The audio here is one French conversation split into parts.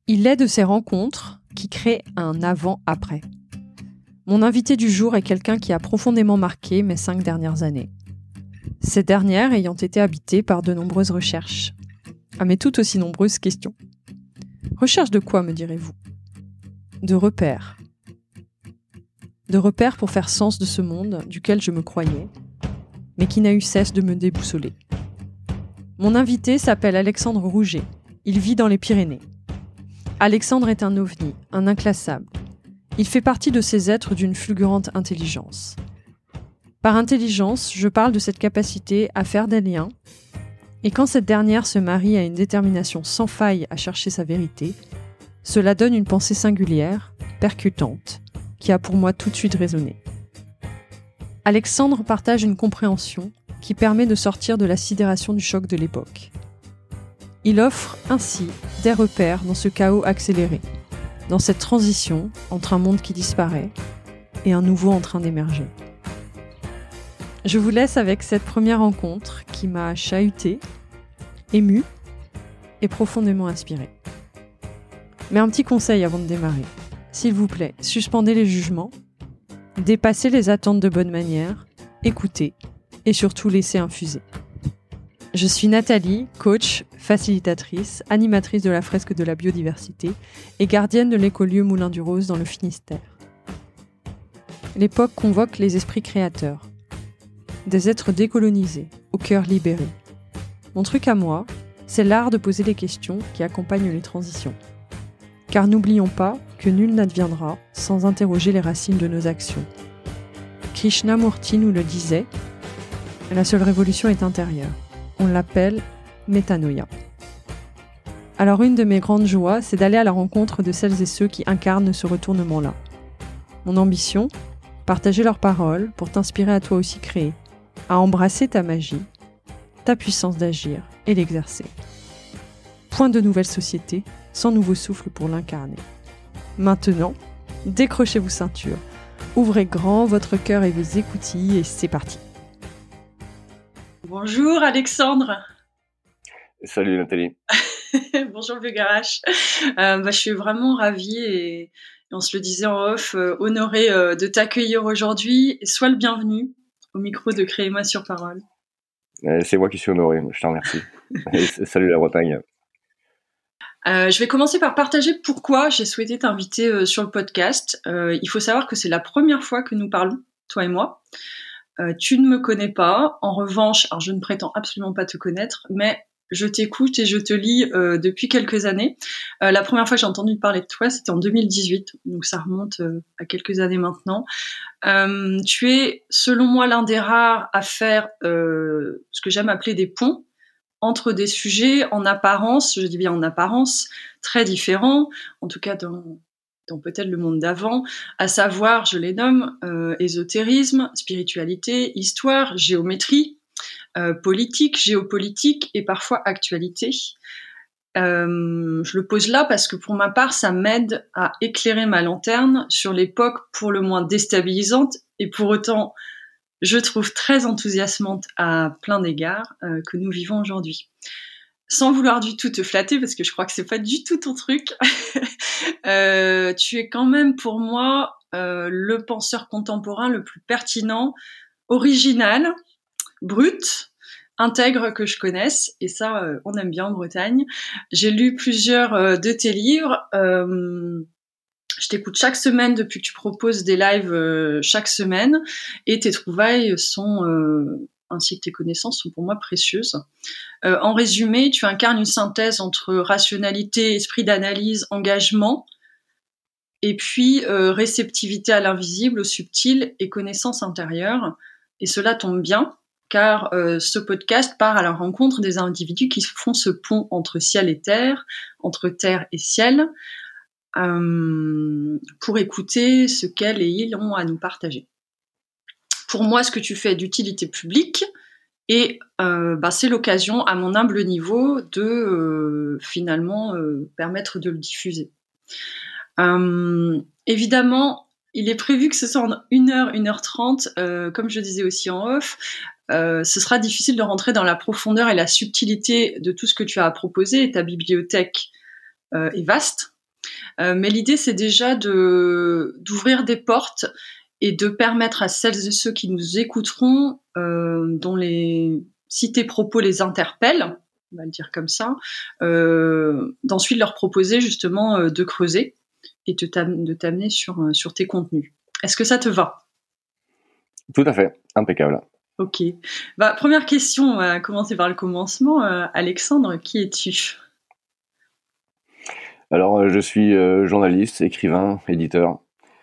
Il est de ces rencontres qui créent un avant-après. Mon invité du jour est quelqu'un qui a profondément marqué mes 5 dernières années. Ces dernières ayant été habitées par de nombreuses recherches, mais tout aussi nombreuses questions. Recherche de quoi, me direz-vous ? De repères. De repères pour faire sens de ce monde duquel je me croyais, mais qui n'a eu cesse de me déboussoler. Mon invité s'appelle Alexandre Rouget. Il vit dans les Pyrénées. Alexandre est un ovni, un inclassable. Il fait partie de ces êtres d'une fulgurante intelligence. Par intelligence, je parle de cette capacité à faire des liens, et quand cette dernière se marie à une détermination sans faille à chercher sa vérité, cela donne une pensée singulière, percutante, qui a pour moi tout de suite résonné. Alexandre partage une compréhension qui permet de sortir de la sidération du choc de l'époque. Il offre ainsi des repères dans ce chaos accéléré, dans cette transition entre un monde qui disparaît et un nouveau en train d'émerger. Je vous laisse avec cette première rencontre qui m'a chahuté, ému et profondément inspiré. Mais un petit conseil avant de démarrer. S'il vous plaît, suspendez les jugements, dépassez les attentes de bonne manière, écoutez et surtout laissez infuser. Je suis Nathalie, coach, facilitatrice, animatrice de la fresque de la biodiversité et gardienne de l'écolieu Moulin du Rose dans le Finistère. L'époque convoque les esprits créateurs, des êtres décolonisés, au cœur libéré. Mon truc à moi, c'est l'art de poser les questions qui accompagnent les transitions. Car n'oublions pas que nul n'adviendra sans interroger les racines de nos actions. Krishnamurti nous le disait, la seule révolution est intérieure. On l'appelle métanoïa. Alors une de mes grandes joies, c'est d'aller à la rencontre de celles et ceux qui incarnent ce retournement-là. Mon ambition, partager leurs paroles pour t'inspirer à toi aussi créer, à embrasser ta magie, ta puissance d'agir et l'exercer. Point de nouvelle société, sans nouveau souffle pour l'incarner. Maintenant, décrochez vos ceintures, ouvrez grand votre cœur et vos écoutilles et c'est parti. Bonjour Alexandre. Salut Nathalie. Bonjour Vieux Garage. Je suis vraiment ravie et on se le disait en off, honorée de t'accueillir aujourd'hui. Sois le bienvenu au micro de Créez-moi sur parole. C'est moi qui suis honoré, je te remercie. Et salut la Bretagne. Je vais commencer par partager pourquoi j'ai souhaité t'inviter sur le podcast. Il faut savoir que c'est la première fois que nous parlons, toi et moi. Tu ne me connais pas. En revanche, alors je ne prétends absolument pas te connaître, mais je t'écoute et je te lis depuis quelques années. La première fois que j'ai entendu parler de toi, c'était en 2018, donc ça remonte à quelques années maintenant. Tu es, selon moi, l'un des rares à faire ce que j'aime appeler des ponts entre des sujets en apparence, je dis bien en apparence, très différents, en tout cas dans peut-être le monde d'avant, à savoir, je les nomme, ésotérisme, spiritualité, histoire, géométrie, politique, géopolitique et parfois actualité. Je le pose là parce que pour ma part, ça m'aide à éclairer ma lanterne sur l'époque pour le moins déstabilisante et pour autant, je trouve très enthousiasmante à plein d'égards que nous vivons aujourd'hui. Sans vouloir du tout te flatter, parce que je crois que c'est pas du tout ton truc, tu es quand même pour moi le penseur contemporain le plus pertinent, original, brut, intègre que je connaisse, et ça, on aime bien en Bretagne. J'ai lu plusieurs de tes livres. Je t'écoute chaque semaine depuis que tu proposes des lives chaque semaine, et tes trouvailles sont ainsi que tes connaissances sont pour moi précieuses. En résumé, tu incarnes une synthèse entre rationalité, esprit d'analyse, engagement, et puis réceptivité à l'invisible, au subtil et connaissance intérieure. Et cela tombe bien, car ce podcast part à la rencontre des individus qui font ce pont entre ciel et terre, entre terre et ciel, pour écouter ce qu'elles et ils ont à nous partager. Pour moi, ce que tu fais est d'utilité publique et c'est l'occasion, à mon humble niveau, de finalement permettre de le diffuser. Évidemment, il est prévu que ce soit en 1h, 1h30, comme je disais aussi en off. Ce sera difficile de rentrer dans la profondeur et la subtilité de tout ce que tu as à proposer, et ta bibliothèque est vaste, Mais l'idée, c'est déjà d'ouvrir des portes et de permettre à celles et ceux qui nous écouteront, dont si tes propos les interpellent, on va le dire comme ça, d'ensuite leur proposer justement de creuser et de t'amener sur tes contenus. Est-ce que ça te va ? Tout à fait, impeccable. Ok. Première question, on va commencer par le commencement. Alexandre, qui es-tu ? Alors, je suis journaliste, écrivain, éditeur.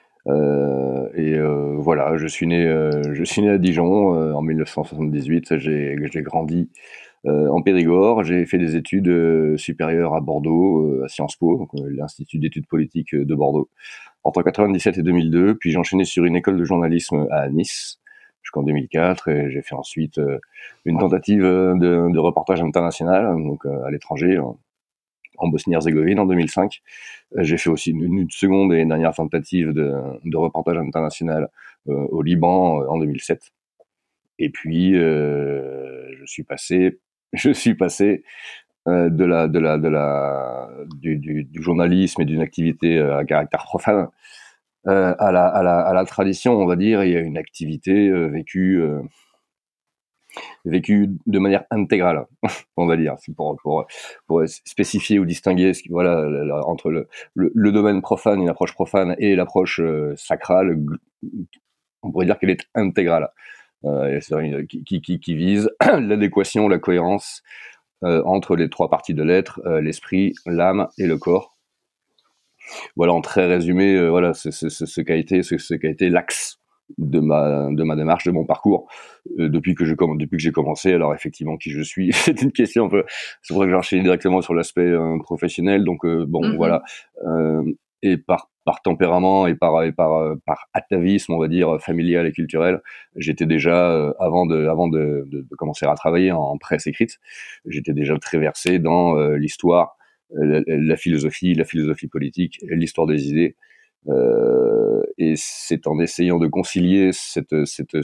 Voilà, je suis né à Dijon en 1978. J'ai grandi en Périgord. J'ai fait des études supérieures à Bordeaux, à Sciences Po, donc, l'Institut d'études politiques de Bordeaux, entre 97 et 2002. Puis j'ai enchaîné sur une école de journalisme à Nice jusqu'en 2004, et j'ai fait ensuite une tentative de reportage international, donc à l'étranger, en Bosnie-Herzégovine en 2005. J'ai fait aussi une seconde et dernière tentative de reportage international au Liban en 2007. Et puis je suis passé du journalisme et d'une activité à caractère profane à la tradition, on va dire, et à une activité vécue de manière intégrale, on va dire, c'est pour spécifier ou distinguer entre le domaine profane, une approche profane, et l'approche sacrale. On pourrait dire qu'elle est intégrale, qui vise l'adéquation, la cohérence entre les trois parties de l'être, l'esprit, l'âme et le corps. Voilà, en très résumé, voilà, c'est ce qu'a été l'axe de ma démarche, de mon parcours, depuis que j'ai commencé. Alors effectivement, qui je suis, c'est une question un peu. C'est pour ça que j'ai enchaîné directement sur l'aspect professionnel. Donc voilà, et par tempérament et par atavisme, on va dire, familial et culturel, j'étais déjà avant de commencer à travailler en presse écrite, j'étais déjà très versé dans l'histoire, la philosophie politique, l'histoire des idées. Et c'est en essayant de concilier cette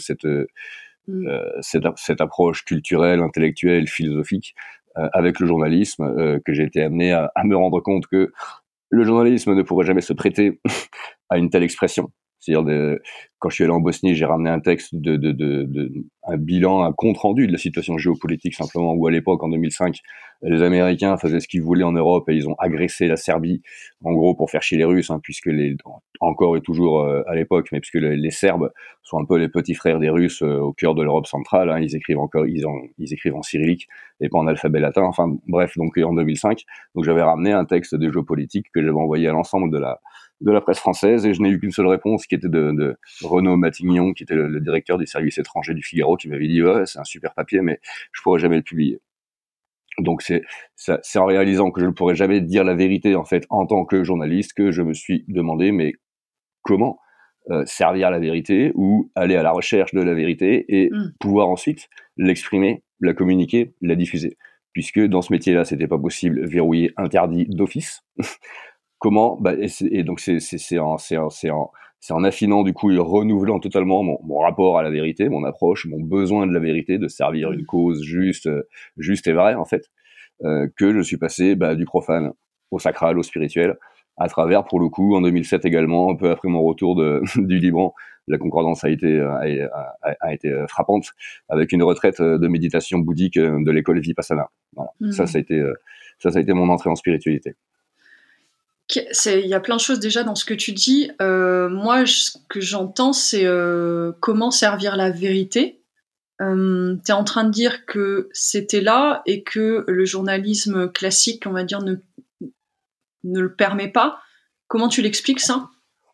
approche culturelle, intellectuelle, philosophique avec le journalisme que j'ai été amené à me rendre compte que le journalisme ne pourrait jamais se prêter à une telle expression. C'est-à-dire, quand je suis allé en Bosnie, j'ai ramené un texte un bilan, un compte-rendu de la situation géopolitique, simplement, où à l'époque, en 2005, les Américains faisaient ce qu'ils voulaient en Europe et ils ont agressé la Serbie, en gros, pour faire chier les Russes, puisque encore et toujours à l'époque, mais puisque les Serbes sont un peu les petits frères des Russes au cœur de l'Europe centrale, ils écrivent en cyrillique et pas en alphabet latin, enfin bref, donc en 2005, donc j'avais ramené un texte de géopolitique que j'avais envoyé à l'ensemble de la presse française, et je n'ai eu qu'une seule réponse, qui était de Renaud Matignon, qui était le directeur du service étranger du Figaro, qui m'avait dit ouais, c'est un super papier, mais je pourrais jamais le publier. Donc c'est en réalisant que je ne pourrais jamais dire la vérité, en fait, en tant que journaliste, que je me suis demandé, mais comment servir la vérité, ou aller à la recherche de la vérité et pouvoir ensuite l'exprimer, la communiquer, la diffuser, puisque dans ce métier-là, c'était pas possible, verrouillé, interdit d'office. Comment et donc c'est en affinant, du coup, et renouvelant totalement mon rapport à la vérité, mon approche, mon besoin de la vérité, de servir une cause juste et vraie, en fait, que je suis passé du profane au sacral, au spirituel, à travers, pour le coup, en 2007 également, un peu après mon retour du Liban, la concordance a été frappante, avec une retraite de méditation bouddhique de l'école Vipassana. Voilà. Ça a été mon entrée en spiritualité. Il y a plein de choses déjà dans ce que tu dis. Moi, ce que j'entends, c'est comment servir la vérité. T'es en train de dire que c'était là et que le journalisme classique, on va dire, ne le permet pas. Comment tu l'expliques, ça ?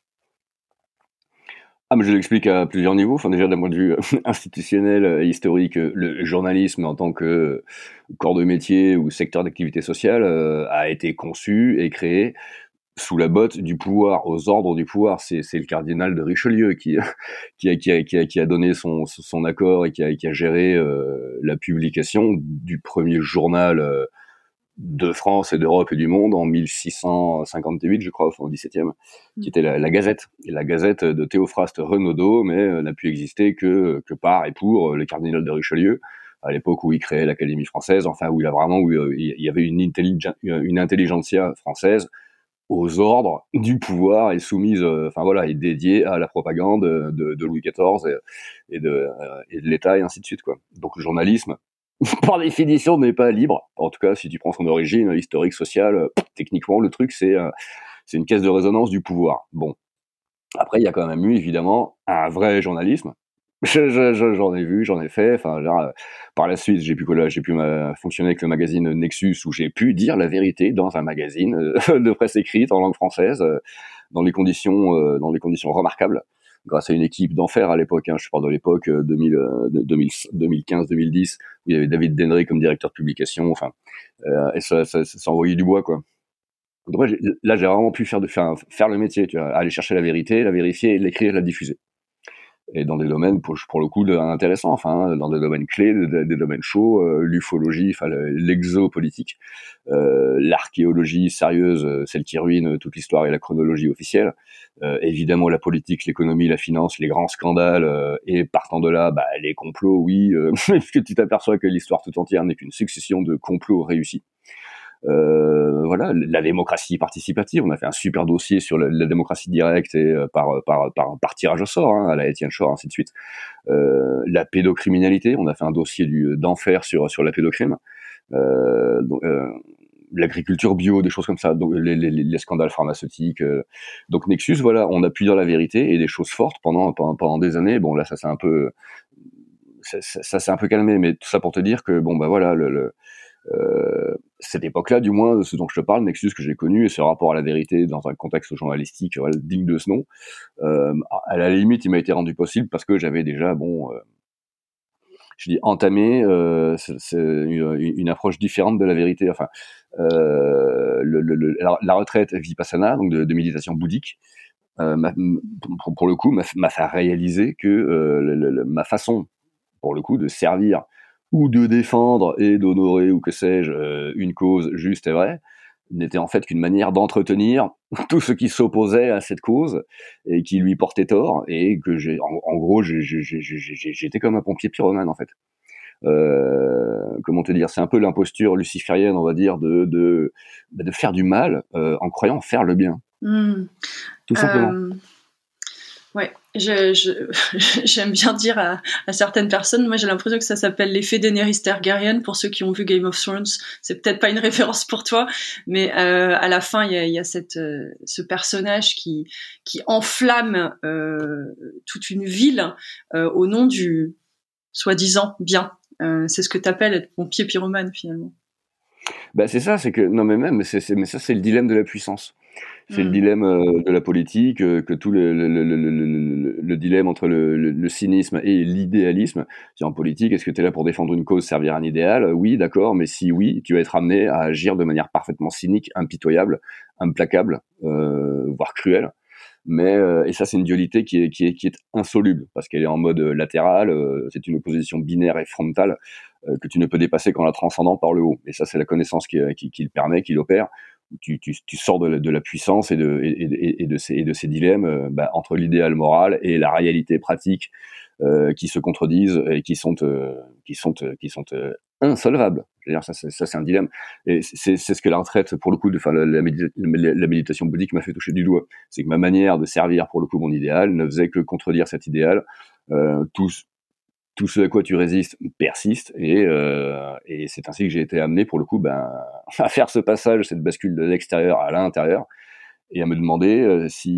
Mais je l'explique à plusieurs niveaux. Enfin, déjà, d'un point de vue institutionnel et historique, le journalisme en tant que corps de métier ou secteur d'activité sociale a été conçu et créé sous la botte du pouvoir, aux ordres du pouvoir. C'est le cardinal de Richelieu qui a donné son accord et qui a géré la publication du premier journal de France et d'Europe et du monde en 1658, je crois, enfin au XVIIe, qui était la Gazette. Et la Gazette de Théophraste Renaudot, mais n'a pu exister que par et pour le cardinal de Richelieu, à l'époque où il créait l'Académie française, enfin où il y avait une intelligentsia française aux ordres du pouvoir et soumise, et dédiée à la propagande de Louis XIV et de l'État et ainsi de suite, quoi. Donc le journalisme, par définition, n'est pas libre. En tout cas, si tu prends son origine historique, sociale, techniquement, le truc, c'est une caisse de résonance du pouvoir. Bon. Après, il y a quand même eu, évidemment, un vrai journalisme. J'en ai vu, j'en ai fait. Enfin, là, par la suite, j'ai pu fonctionner avec le magazine Nexus, où j'ai pu dire la vérité dans un magazine de presse écrite en langue française, dans les conditions remarquables, grâce à une équipe d'enfer à l'époque. Je parle de l'époque 2015-2010, où il y avait David Denry comme directeur de publication. Enfin, et ça envoyait du bois, quoi. Donc, là, j'ai vraiment pu faire le métier, tu vois, aller chercher la vérité, la vérifier, l'écrire, la diffuser. Et dans des domaines, pour le coup, intéressants, dans des domaines clés, des domaines chauds, l'ufologie, l'exopolitique, l'archéologie sérieuse, celle qui ruine toute l'histoire et la chronologie officielle, évidemment la politique, l'économie, la finance, les grands scandales, et partant de là, les complots, oui, puisque tu t'aperçois que l'histoire tout entière n'est qu'une succession de complots réussis. La démocratie participative, on a fait un super dossier sur la démocratie directe et par tirage au sort, à la Étienne Shore, ainsi de suite. La pédocriminalité, on a fait un dossier d'enfer sur la pédocrime. L'agriculture bio, des choses comme ça, donc les scandales pharmaceutiques. Donc Nexus, voilà, on a pu dire la vérité et des choses fortes pendant des années. Bon, là, ça s'est un peu calmé, mais tout ça pour te dire que cette époque-là, du moins, ce dont je te parle, Nexus que j'ai connu, et ce rapport à la vérité dans un contexte journalistique digne de ce nom, à la limite, il m'a été rendu possible parce que j'avais déjà, entamé c'est une approche différente de la vérité. Enfin, la retraite vipassana, donc de méditation bouddhique, pour le coup, m'a fait réaliser que ma façon, pour le coup, de servir ou de défendre et d'honorer, ou que sais-je, une cause juste et vraie, n'était en fait qu'une manière d'entretenir tout ce qui s'opposait à cette cause et qui lui portait tort, et que en gros, j'étais comme un pompier pyromane, en fait. Comment te dire, c'est un peu l'imposture luciférienne, on va dire, de faire du mal en croyant faire le bien. Tout simplement. Ouais, j'aime bien dire à certaines personnes, moi j'ai l'impression que ça s'appelle l'effet Daenerys Targaryen pour ceux qui ont vu Game of Thrones. C'est peut-être pas une référence pour toi, mais à la fin il y a ce personnage qui enflamme toute une ville au nom du soi-disant bien. C'est ce que t'appelles être pompier pyromane finalement. C'est ça, c'est que non mais ça c'est le dilemme de la puissance. C'est le dilemme de la politique, que tout le dilemme entre le cynisme et l'idéalisme. En politique, est-ce que tu es là pour défendre une cause, servir un idéal? Oui, d'accord, mais si oui, tu vas être amené à agir de manière parfaitement cynique, impitoyable, implacable, voire cruelle. Et ça, c'est une dualité qui est insoluble, parce qu'elle est en mode latéral, c'est une opposition binaire et frontale que tu ne peux dépasser qu'en la transcendant par le haut. Et ça, c'est la connaissance qui le permet, qui l'opère. Tu sors de la puissance et de ces dilemmes entre l'idéal moral et la réalité pratique qui se contredisent et qui sont insolvables. Je veux dire, ça c'est un dilemme. Et c'est ce que la retraite, pour le coup, la méditation bouddhique m'a fait toucher du doigt. C'est que ma manière de servir, pour le coup, mon idéal ne faisait que contredire cet idéal. Tout ce à quoi tu résistes persiste, et c'est ainsi que j'ai été amené, pour le coup, à faire ce passage, cette bascule de l'extérieur à l'intérieur, et à me demander si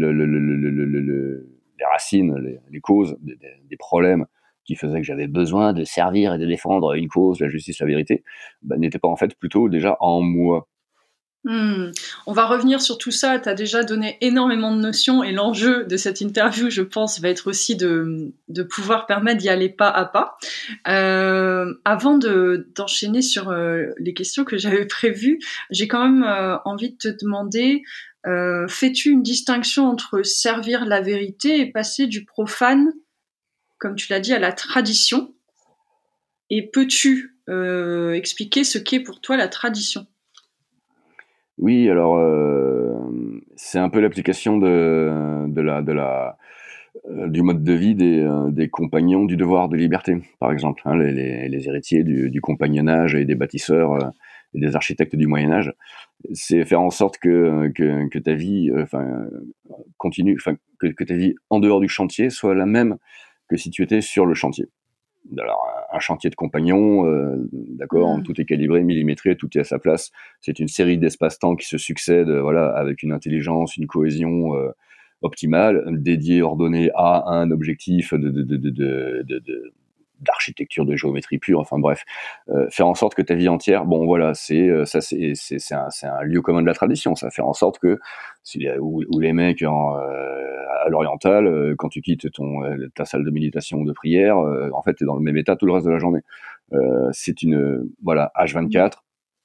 les racines, les causes des problèmes qui faisaient que j'avais besoin de servir et de défendre une cause, la justice, la vérité, n'étaient pas en fait plutôt déjà en moi. On va revenir sur tout ça. Tu as déjà donné énormément de notions, et l'enjeu de cette interview, je pense, va être aussi de pouvoir permettre d'y aller pas à pas. Avant d'enchaîner sur les questions que j'avais prévues, j'ai quand même envie de te demander, fais-tu une distinction entre servir la vérité et passer du profane, comme tu l'as dit, à la tradition? Et peux-tu expliquer ce qu'est pour toi la tradition? Oui, alors c'est un peu l'application du mode de vie des compagnons du devoir de liberté, par exemple, les héritiers du compagnonnage et des bâtisseurs et des architectes du Moyen Âge, c'est faire en sorte que ta vie, continue, que ta vie en dehors du chantier soit la même que si tu étais sur le chantier. Alors, un chantier de compagnon, d'accord, tout est calibré, millimétré, tout est à sa place. C'est une série d'espaces-temps qui se succèdent, voilà, avec une intelligence, une cohésion optimale, dédiée, ordonnée à un objectif d'architecture, de géométrie pure, enfin bref, faire en sorte que ta vie entière, bon voilà, c'est un lieu commun de la tradition, ça, faire en sorte que où les mecs à l'oriental, quand tu quittes ta salle de méditation ou de prière, en fait t'es dans le même état tout le reste de la journée. C'est une voilà, H24,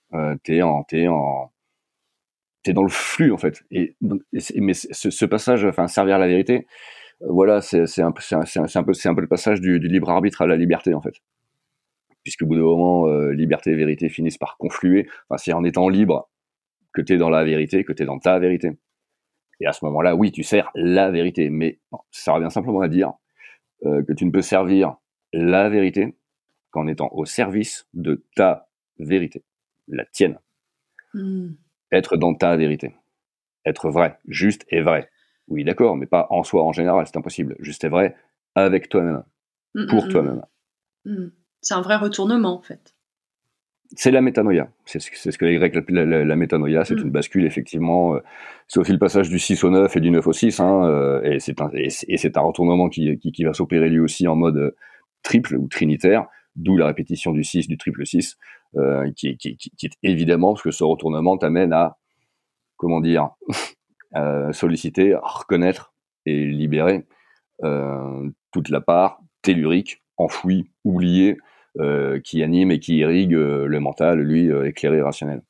t'es dans le flux en fait. Mais ce passage, enfin servir la vérité, voilà, c'est un peu le passage du libre arbitre à la liberté en fait. Puisqu'au bout d'un moment, liberté et vérité finissent par confluer. Enfin, c'est en étant libre que t'es dans la vérité, que t'es dans ta vérité. Et à ce moment-là, oui, tu sers la vérité. Mais ça revient simplement à dire que tu ne peux servir la vérité qu'en étant au service de ta vérité, la tienne. Être dans ta vérité. Être vrai, juste et vrai. Oui, d'accord, mais pas en soi en général, c'est impossible. Juste et vrai avec toi-même, pour toi-même. C'est un vrai retournement, en fait. C'est la métanoïa. C'est ce que les Grecs appellent la métanoïa. C'est une bascule, effectivement. C'est aussi le passage du 6 au 9 et du 9 au 6. Et c'est un retournement qui va s'opérer lui aussi en mode triple ou trinitaire, d'où la répétition du 6, du triple 6, qui est évidemment, parce que ce retournement t'amène à, comment dire, solliciter, reconnaître et libérer toute la part tellurique, enfouie, oubliée, qui anime et qui irrigue le mental, lui, éclairé et rationnel.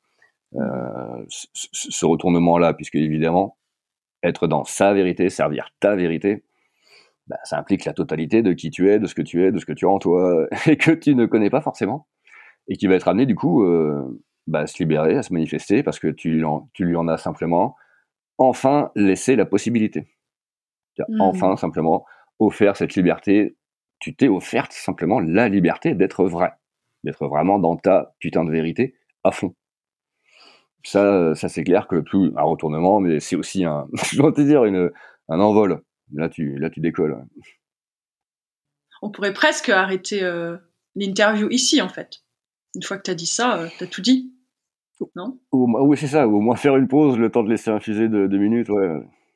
Ce retournement-là, puisque évidemment, être dans sa vérité, servir ta vérité, bah, ça implique la totalité de qui tu es, de ce que tu es, de ce que tu as en toi, et que tu ne connais pas forcément, et qui va être amené du coup à se libérer, à se manifester, parce que tu lui en as simplement enfin laissé la possibilité. Enfin simplement offert cette liberté. Tu t'es offerte simplement la liberté d'être vrai, d'être vraiment dans ta putain de vérité à fond. Ça c'est clair que plus un retournement, mais c'est aussi je dois te dire, un envol. Là tu décolles. On pourrait presque arrêter l'interview ici, en fait. Une fois que t'as dit ça, t'as tout dit, non ? Oui, c'est ça. Ou au moins faire une pause, le temps de laisser infuser 2 minutes, ouais.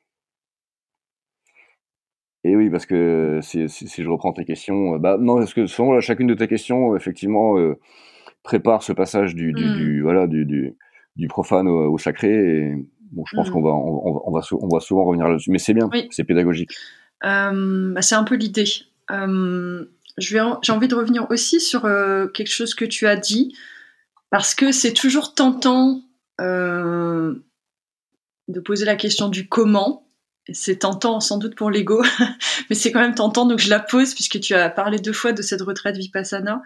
Et oui, parce que si je reprends tes questions, non, parce que souvent, chacune de tes questions, effectivement, prépare ce passage du profane au sacré. Et bon, je pense on va souvent revenir là-dessus, mais c'est bien, oui. C'est pédagogique. C'est un peu l'idée. J'ai envie de revenir aussi sur quelque chose que tu as dit, parce que c'est toujours tentant de poser la question du comment. C'est tentant sans doute pour l'ego, mais c'est quand même tentant, donc je la pose puisque tu as parlé 2 fois de cette retraite Vipassana.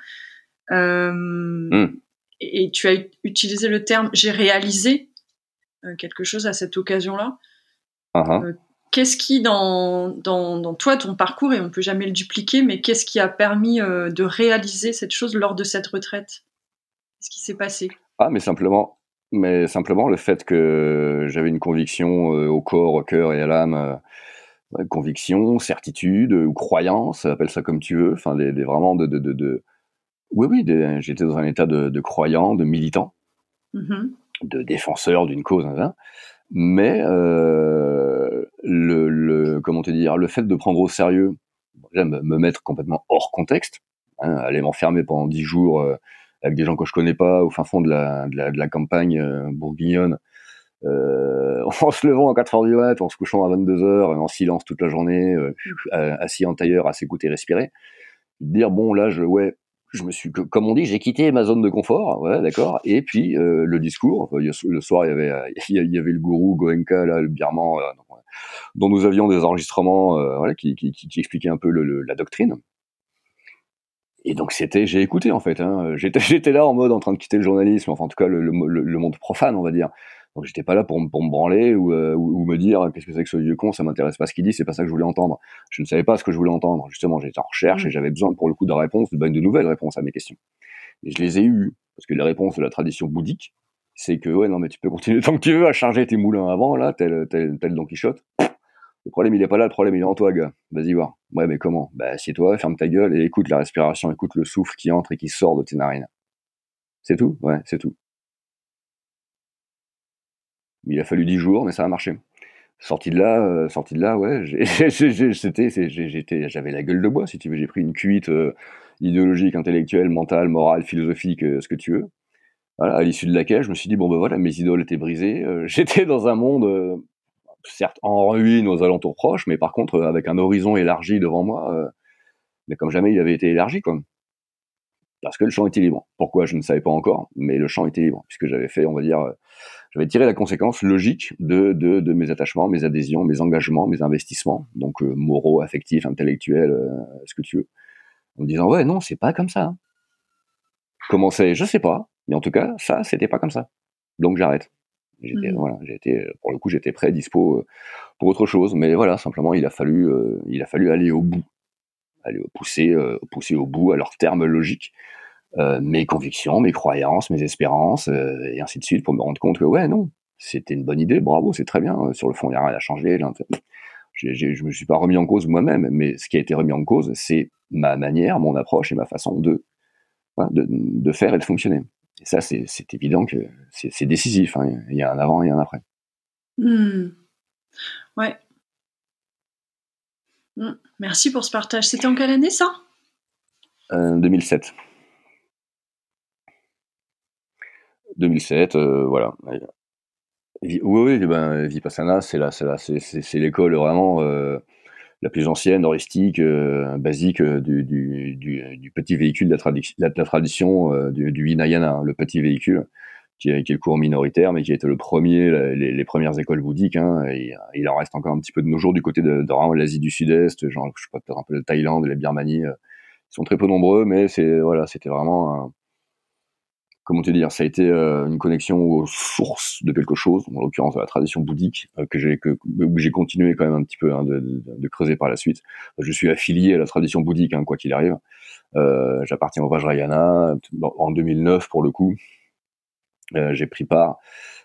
Et tu as utilisé le terme « j'ai réalisé » quelque chose à cette occasion-là. Qu'est-ce qui, dans toi, ton parcours, et on ne peut jamais le dupliquer, mais qu'est-ce qui a permis de réaliser cette chose lors de cette retraite ? Qu'est-ce qui s'est passé ? Mais simplement le fait que j'avais une conviction au corps, au cœur et à l'âme, conviction, certitude ou croyance, appelle ça comme tu veux, enfin vraiment oui, j'étais dans un état de croyant, de militant, de défenseur d'une cause, mais comment te dire, le fait de prendre au sérieux, déjà me mettre complètement hors contexte, aller m'enfermer pendant 10 jours avec des gens que je connais pas au fin fond de la campagne bourguignonne, en se levant à 4h du mat, en se couchant à 22h, en silence toute la journée, assis en tailleur à s'écouter respirer, dire bon là je me suis, comme on dit, j'ai quitté ma zone de confort, ouais, d'accord. Et puis le discours, le soir il y avait le gourou Goenka là, le birman, dont nous avions des enregistrements, qui expliquaient un peu la doctrine. Et donc j'ai écouté en fait. J'étais là en mode en train de quitter le journalisme, enfin en tout cas le monde profane, on va dire. Donc j'étais pas là pour me branler ou me dire qu'est-ce que c'est que ce vieux con, ça m'intéresse pas ce qu'il dit, c'est pas ça que je voulais entendre. Je ne savais pas ce que je voulais entendre. Justement, j'étais en recherche et j'avais besoin pour le coup de réponses, de nouvelles réponses à mes questions. Et je les ai eus, parce que la réponse de la tradition bouddhique, c'est que, ouais, non, mais tu peux continuer tant que tu veux à charger tes moulins avant, là, tel Don Quichotte. Le problème, il est pas là, le problème, il est en toi, gars. Vas-y voir. Ouais, mais comment? Bah, assieds-toi, ferme ta gueule et écoute la respiration, écoute le souffle qui entre et qui sort de tes narines. C'est tout? Ouais, c'est tout. Il a fallu 10 jours, mais ça a marché. Sorti de là, ouais, j'avais la gueule de bois, si tu veux. J'ai pris une cuite idéologique, intellectuelle, mentale, morale, philosophique, ce que tu veux. Voilà, à l'issue de laquelle, je me suis dit, bon, ben voilà, mes idoles étaient brisées. J'étais dans un monde, certes en ruine aux alentours proches, mais par contre, avec un horizon élargi devant moi, mais comme jamais il avait été élargi, quoi. Parce que le champ était libre. Pourquoi, je ne savais pas encore, mais le champ était libre, puisque j'avais fait, on va dire, j'avais tiré la conséquence logique de mes attachements, mes adhésions, mes engagements, mes investissements, donc moraux, affectifs, intellectuels, ce que tu veux, en me disant, ouais, non, c'est pas comme ça. Comment c'est, je sais pas, mais en tout cas, ça, c'était pas comme ça. Donc j'arrête. Voilà, pour le coup, j'étais prêt, dispo pour autre chose, mais voilà, simplement, il a fallu aller au bout, pousser au bout à leur terme logique mes convictions, mes croyances, mes espérances, et ainsi de suite, pour me rendre compte que ouais, non, c'était une bonne idée, bravo, c'est très bien. Sur le fond, il n'y a rien à changer. Je me suis pas remis en cause moi-même, mais ce qui a été remis en cause, c'est ma manière, mon approche et ma façon voilà, de faire et de fonctionner. Et ça, c'est évident que c'est décisif. Hein. Il y a un avant et un après. Ouais. Merci pour ce partage. C'était en quelle année, ça 2007. 2007, voilà. Oui, ben, Vipassana, c'est l'école vraiment la plus ancienne, heuristique, basique du petit véhicule de la tradition du Hinayana, hein, le petit véhicule qui est le cours minoritaire, mais qui a été le premier, les premières écoles bouddhiques. Hein, et il en reste encore un petit peu de nos jours du côté de vraiment l'Asie du Sud-Est, genre je sais pas, peut-être un peu la Thaïlande, la Birmanie. Ils sont très peu nombreux, mais c'était vraiment comment te dire, ça a été une connexion aux sources de quelque chose, en l'occurrence de la tradition bouddhique, que j'ai continué quand même un petit peu hein, de creuser par la suite. Je suis affilié à la tradition bouddhique, hein, quoi qu'il arrive. J'appartiens au Vajrayana. En 2009, pour le coup, j'ai pris part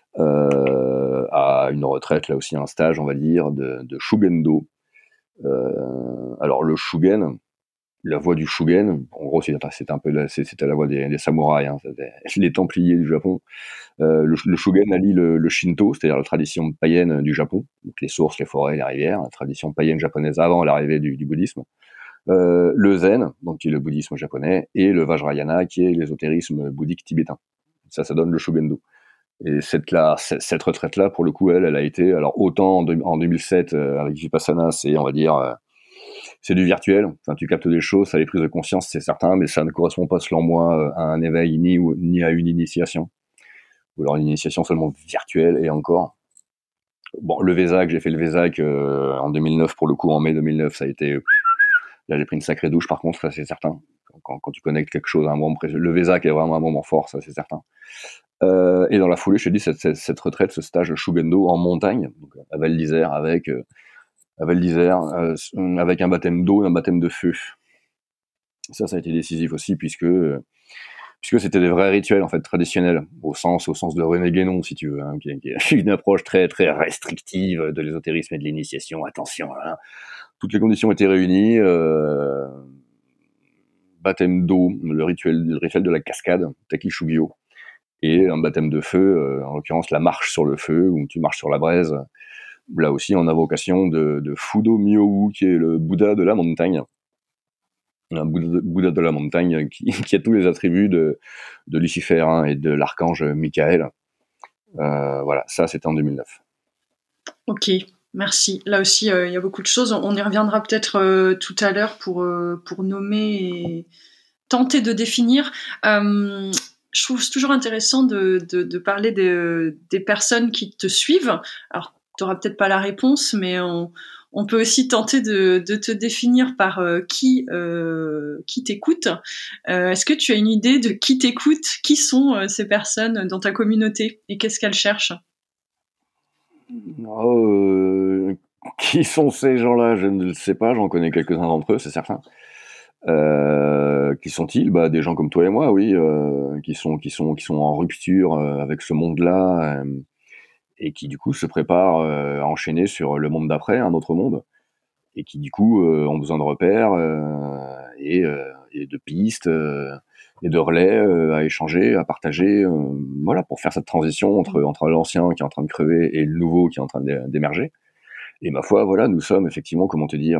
à une retraite, là aussi un stage, on va dire, de Shugendo. Alors le Shugen, la voie du Shugen, en gros, c'était la voie des samouraïs, hein, les Templiers du Japon. Le Shugen allie le Shinto, c'est-à-dire la tradition païenne du Japon, donc les sources, les forêts, les rivières, la tradition païenne japonaise avant l'arrivée du bouddhisme. Le Zen, donc qui est le bouddhisme japonais, et le Vajrayana, qui est l'ésotérisme bouddhique tibétain. Ça donne le Shugendo. Et cette retraite-là, pour le coup, elle a été, alors autant en 2007 avec Vipassana, c'est, on va dire, c'est du virtuel. Enfin, tu captes des choses, ça a les prises de conscience, c'est certain, mais ça ne correspond pas, selon moi, à un éveil ni à une initiation. Ou alors une initiation seulement virtuelle, et encore. Bon, le Vésac, j'ai fait le Vésac en 2009, pour le coup, en mai 2009, ça a été... Là, j'ai pris une sacrée douche, par contre, ça c'est certain. Quand tu connectes quelque chose à un moment précieux. Le Vésac est vraiment un moment fort, ça c'est certain. Et dans la foulée, je te dis, cette retraite, ce stage Shugendo en montagne, donc à Val d'Isère, avec un baptême d'eau et un baptême de feu. Ça a été décisif aussi, puisque c'était des vrais rituels en fait traditionnels, au sens de René Guénon, si tu veux, hein, qui est une approche très très restrictive de l'ésotérisme et de l'initiation. Attention, hein, toutes les conditions étaient réunies. Baptême d'eau, le rituel de la cascade, Taki Shugyo, et un baptême de feu, en l'occurrence la marche sur le feu, où tu marches sur la braise. Là aussi, en invocation de Fudo Myowu, qui est le Bouddha de la montagne. Un Bouddha de la montagne qui a tous les attributs de Lucifer hein, et de l'archange Michael. Voilà, ça c'était en 2009. Ok, merci. Là aussi, il y a beaucoup de choses. On y reviendra peut-être tout à l'heure pour nommer et tenter de définir. Je trouve c'est toujours intéressant de parler des personnes qui te suivent. Alors, tu n'auras peut-être pas la réponse, mais on peut aussi tenter de te définir par qui t'écoute. Est-ce que tu as une idée de qui t'écoute? Qui sont ces personnes dans ta communauté et qu'est-ce qu'elles cherchent? Qui sont ces gens-là? Je ne le sais pas, j'en connais quelques-uns d'entre eux, c'est certain. Qui sont-ils? Bah, des gens comme toi et moi, oui, qui sont en rupture avec ce monde-là, et qui du coup se préparent à enchaîner sur le monde d'après, un autre monde, et qui du coup ont besoin de repères et de pistes et de relais à échanger, à partager, voilà, pour faire cette transition entre l'ancien qui est en train de crever et le nouveau qui est en train d'émerger. Et ma foi, voilà, nous sommes effectivement, comment te dire,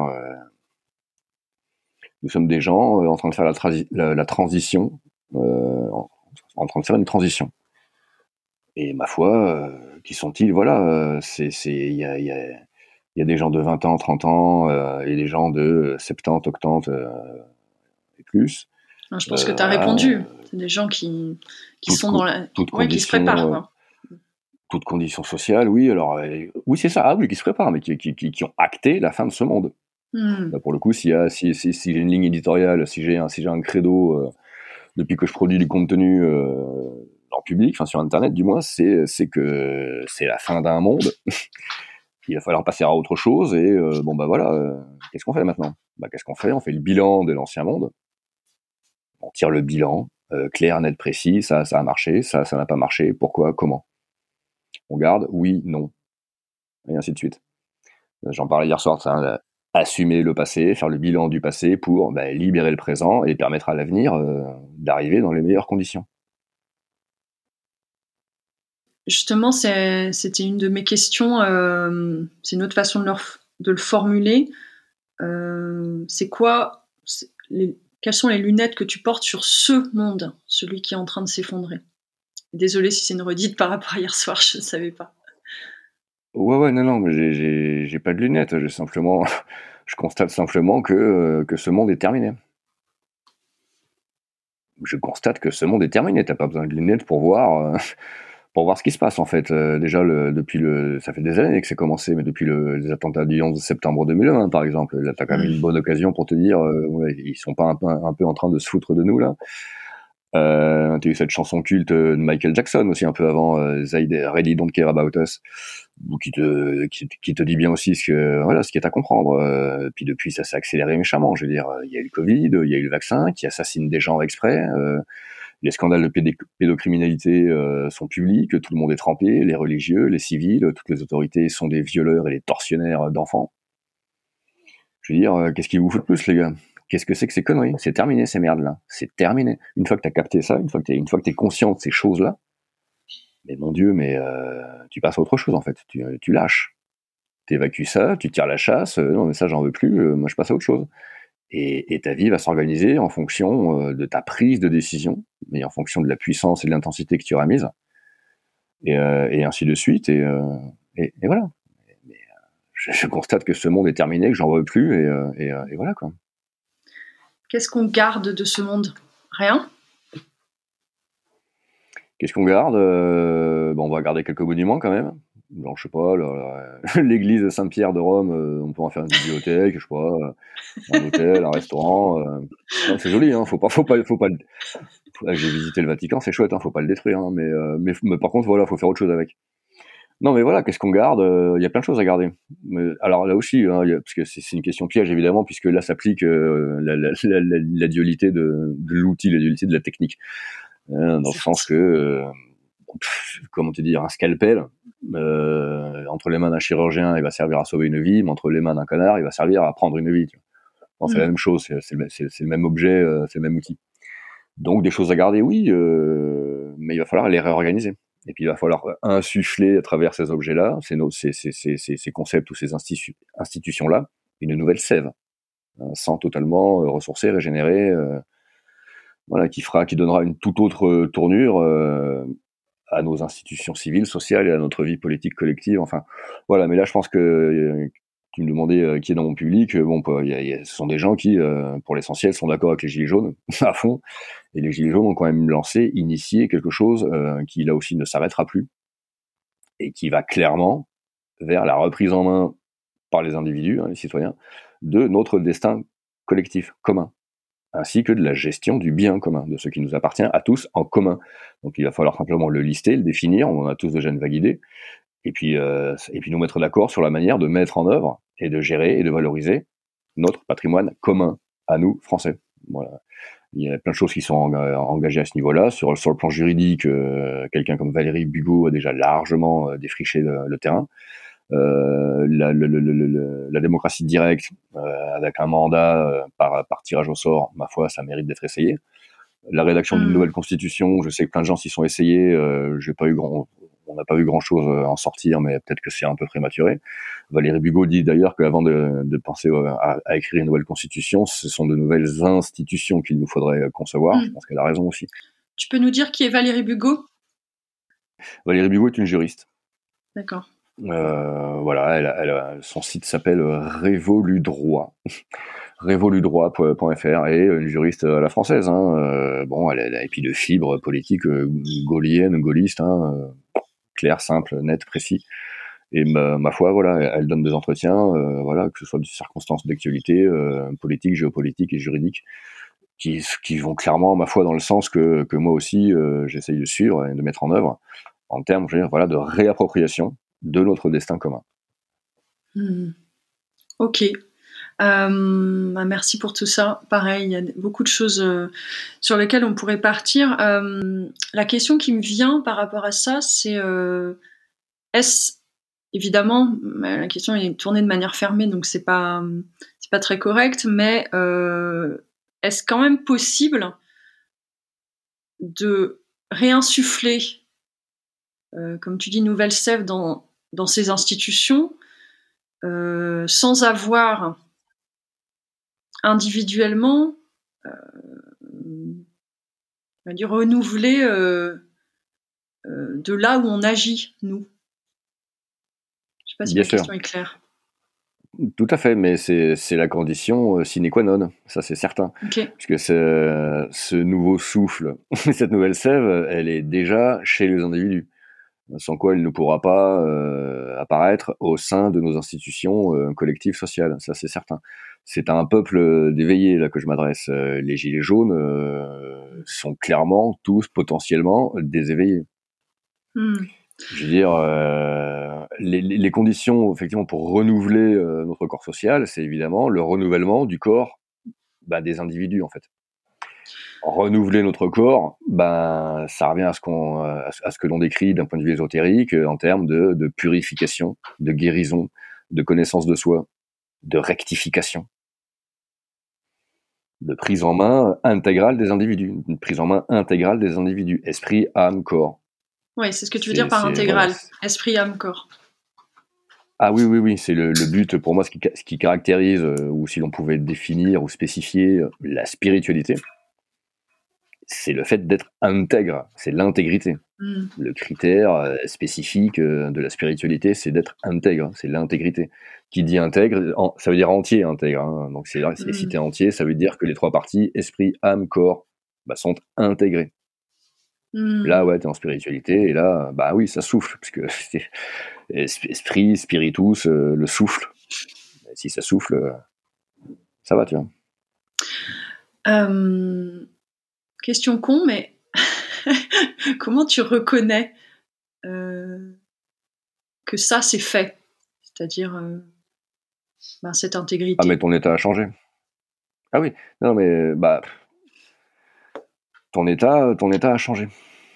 nous sommes des gens en train de faire la transition, en train de faire une transition. Et ma foi, qui sont-ils? Voilà, il y a des gens de 20 ans, 30 ans, et des gens de 70, 80 et plus. Je pense que tu as Voilà, répondu. C'est des gens qui sont dans la... qui se préparent, quoi. Toutes conditions sociales, oui. Alors, oui, c'est ça. Ah oui, qui se préparent, mais qui ont acté la fin de ce monde. Là, pour le coup, si j'ai une ligne éditoriale, si j'ai un credo depuis que je produis du contenu en public, enfin sur Internet du moins, c'est que c'est la fin d'un monde. Il va falloir passer à autre chose. Et bon, bah voilà, qu'est-ce qu'on fait maintenant? Bah, qu'est-ce qu'on fait? On fait le bilan de l'ancien monde. On tire le bilan, clair, net, précis. Ça a marché, ça n'a pas marché. Pourquoi? Comment? On garde? Oui, non. Et ainsi de suite. J'en parlais hier soir, ça, assumer le passé, faire le bilan du passé pour libérer le présent et permettre à l'avenir d'arriver dans les meilleures conditions. Justement, c'était une de mes questions. C'est une autre façon de le formuler. C'est quoi quelles sont les lunettes que tu portes sur ce monde, celui qui est en train de s'effondrer? Désolée si c'est une redite par rapport à hier soir, je ne savais pas. Ouais, non, mais j'ai pas de lunettes. Je constate simplement que ce monde est terminé. Je constate que ce monde est terminé. T'as pas besoin de lunettes pour voir ce qui se passe en fait. Déjà, ça fait des années que c'est commencé, mais depuis les attentats du 11 septembre 2001, par exemple, là, t'as quand même une bonne occasion pour te dire, ils sont pas un peu en train de se foutre de nous là. T'as eu cette chanson culte de Michael Jackson aussi un peu avant, Really Don't Care About Us, qui te dit bien aussi ce qui est à comprendre. Puis depuis, ça s'est accéléré méchamment. Je veux dire, il y a eu le Covid, il y a eu le vaccin qui assassine des gens exprès. Les scandales de pédocriminalité sont publics, tout le monde est trempé, les religieux, les civils, toutes les autorités sont des violeurs et des tortionnaires d'enfants. Je veux dire, qu'est-ce qu'il vous faut de plus, les gars? Qu'est-ce que c'est que ces conneries? C'est terminé, ces merdes-là. C'est terminé. Une fois que t'as capté ça, une fois que t'es conscient de ces choses-là, mais mon Dieu, tu passes à autre chose, en fait. Tu lâches. T'évacues ça, tu tires la chasse. Non, mais ça, j'en veux plus. Moi, je passe à autre chose. Et ta vie va s'organiser en fonction de ta prise de décision, mais en fonction de la puissance et de l'intensité que tu auras mise. Et ainsi de suite. Et voilà. Je constate que ce monde est terminé, que j'en veux plus. Et voilà, quoi. Qu'est-ce qu'on garde de ce monde? Rien? Qu'est-ce qu'on garde? On va garder quelques monuments quand même. Je sais pas, l'église de Saint-Pierre de Rome, on peut en faire une bibliothèque, je sais pas, un hôtel, un restaurant. Non, c'est joli, hein, faut pas. J'ai visité le Vatican, c'est chouette, hein, faut pas le détruire, hein, mais par contre, voilà, faut faire autre chose avec. Non, mais voilà, qu'est-ce qu'on garde? Il y a plein de choses à garder. Alors là aussi, hein, parce que c'est une question piège évidemment, puisque là s'applique la dualité de l'outil, la dualité de la technique, dans le sens que, comment te dire, un scalpel entre les mains d'un chirurgien, il va servir à sauver une vie, mais entre les mains d'un connard, il va servir à prendre une vie. Tu vois. C'est la même chose, c'est le même objet, c'est le même outil. Donc des choses à garder, oui, mais il va falloir les réorganiser. Et puis il va falloir insuffler à travers ces objets-là, ces concepts ou ces institutions-là, une nouvelle sève, un sang totalement ressourcé, régénéré, voilà, qui donnera une toute autre tournure à nos institutions civiles, sociales et à notre vie politique collective. Enfin, voilà. Mais là, je pense que tu me demandais qui est dans mon public. Ce sont des gens qui, pour l'essentiel, sont d'accord avec les Gilets jaunes à fond. Et les Gilets jaunes ont quand même initié quelque chose qui, là aussi, ne s'arrêtera plus et qui va clairement vers la reprise en main par les individus, les citoyens, de notre destin collectif commun, ainsi que de la gestion du bien commun, de ce qui nous appartient à tous en commun. Donc il va falloir simplement le lister, le définir, on en a tous déjà une vague idée, et puis nous mettre d'accord sur la manière de mettre en œuvre et de gérer et de valoriser notre patrimoine commun à nous, Français. Voilà. Il y a plein de choses qui sont engagées à ce niveau-là. Sur le plan juridique, quelqu'un comme Valérie Bugeaud a déjà largement défriché le terrain. La démocratie directe, avec un mandat par tirage au sort, ma foi, ça mérite d'être essayé. La rédaction d'une nouvelle constitution, je sais que plein de gens s'y sont essayés. On n'a pas vu grand-chose en sortir, mais peut-être que c'est un peu prématuré. Valérie Bugeaud dit d'ailleurs qu'avant de penser à écrire une nouvelle constitution, ce sont de nouvelles institutions qu'il nous faudrait concevoir. Je pense qu'elle a raison aussi. Tu peux nous dire qui est Valérie Bugeaud ? Valérie Bugeaud est une juriste. D'accord. Voilà, son site s'appelle Révoludroit. Révoludroit.fr, et une juriste à la française. Bon, et puis de fibres politiques gaullistes, clair, simple, net, précis. Et ma foi, voilà, elle donne des entretiens, voilà, que ce soit de circonstances d'actualité, politique, géopolitique et juridique, qui vont clairement, ma foi, dans le sens que moi aussi j'essaye de suivre et de mettre en œuvre, en termes, je veux dire, voilà, de réappropriation de notre destin commun. Ok. Merci pour tout ça. Pareil, il y a beaucoup de choses sur lesquelles on pourrait partir. La question qui me vient par rapport à ça, c'est est-ce, évidemment, la question est tournée de manière fermée, donc c'est pas très correct, mais est-ce quand même possible de réinsuffler, comme tu dis, nouvelle sève dans ces institutions, sans avoir individuellement renouveler de là où on agit, nous. Je sais pas si Bien ma question est claire. Tout à fait, mais c'est la condition sine qua non, ça c'est certain. Okay. Puisque ce nouveau souffle, cette nouvelle sève, elle est déjà chez les individus, sans quoi elle ne pourra pas apparaître au sein de nos institutions collectives sociales, ça c'est certain. C'est à un peuple d'éveillés là que je m'adresse. Les gilets jaunes sont clairement tous potentiellement des éveillés. Je veux dire, les conditions effectivement pour renouveler notre corps social, c'est évidemment le renouvellement du corps des individus en fait. Renouveler notre corps, ça revient à ce que l'on décrit d'un point de vue ésotérique en termes de purification, de guérison, de connaissance de soi, de rectification, de prise en main intégrale des individus, une prise en main intégrale des individus, esprit, âme, corps. Oui, c'est ce que tu veux dire par intégral, voilà. Esprit, âme, corps. Ah oui, c'est le but pour moi, ce qui caractérise, ou si l'on pouvait définir ou spécifier la spiritualité, c'est le fait d'être intègre, c'est l'intégrité. Le critère spécifique de la spiritualité, c'est d'être intègre, c'est l'intégrité. Qui dit intègre, ça veut dire entier, intègre. Donc et si t'es entier, ça veut dire que les trois parties, esprit, âme, corps, sont intégrées. Là, ouais, t'es en spiritualité, et là, oui, ça souffle, parce que c'est esprit, spiritus, le souffle. Si ça souffle, ça va, tu vois. Question con, mais comment tu reconnais que ça, c'est fait ? C'est-à-dire cette intégrité. Ah, mais ton état a changé. Ah oui, non, mais ton état a changé.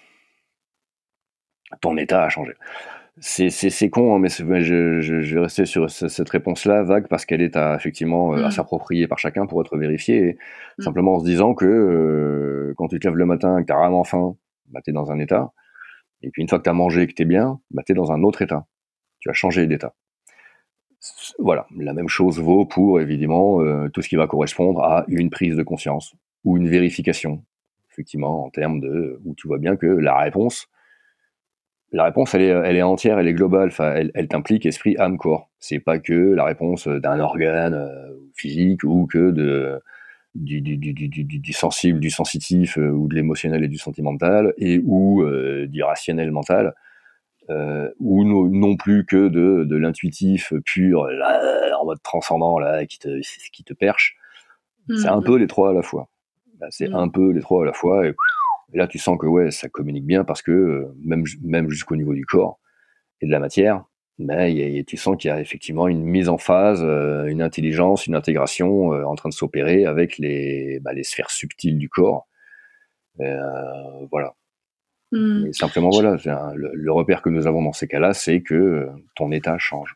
Ton état a changé. C'est con, mais je vais rester sur cette réponse-là, vague, parce qu'elle est effectivement à s'approprier par chacun pour être vérifiée, et simplement en se disant que quand tu te lèves le matin et que tu as vraiment faim, t'es dans un état, et puis une fois que tu as mangé et que tu es bien, tu es dans un autre état. Tu as changé d'état. Voilà, la même chose vaut pour, évidemment, tout ce qui va correspondre à une prise de conscience, ou une vérification, effectivement, en termes où tu vois bien que la réponse, elle est entière, elle est globale. Enfin, elle t'implique esprit, âme, corps. C'est pas que la réponse d'un organe physique, ou que du sensible, du sensitif, ou de l'émotionnel et du sentimental, ou du rationnel mental, ou non plus que de l'intuitif pur, là, en mode transcendant, là, qui te perche. C'est un peu les trois à la fois. Un peu les trois à la fois, et là, tu sens que ouais, ça communique bien, parce que même jusqu'au niveau du corps et de la matière, tu sens qu'il y a effectivement une mise en phase, une intelligence, une intégration en train de s'opérer avec les sphères subtiles du corps. Voilà. Mais simplement, voilà, le repère que nous avons dans ces cas-là, c'est que ton état change.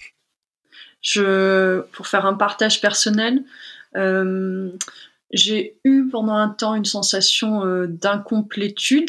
Pour faire un partage personnel, j'ai eu pendant un temps une sensation d'incomplétude.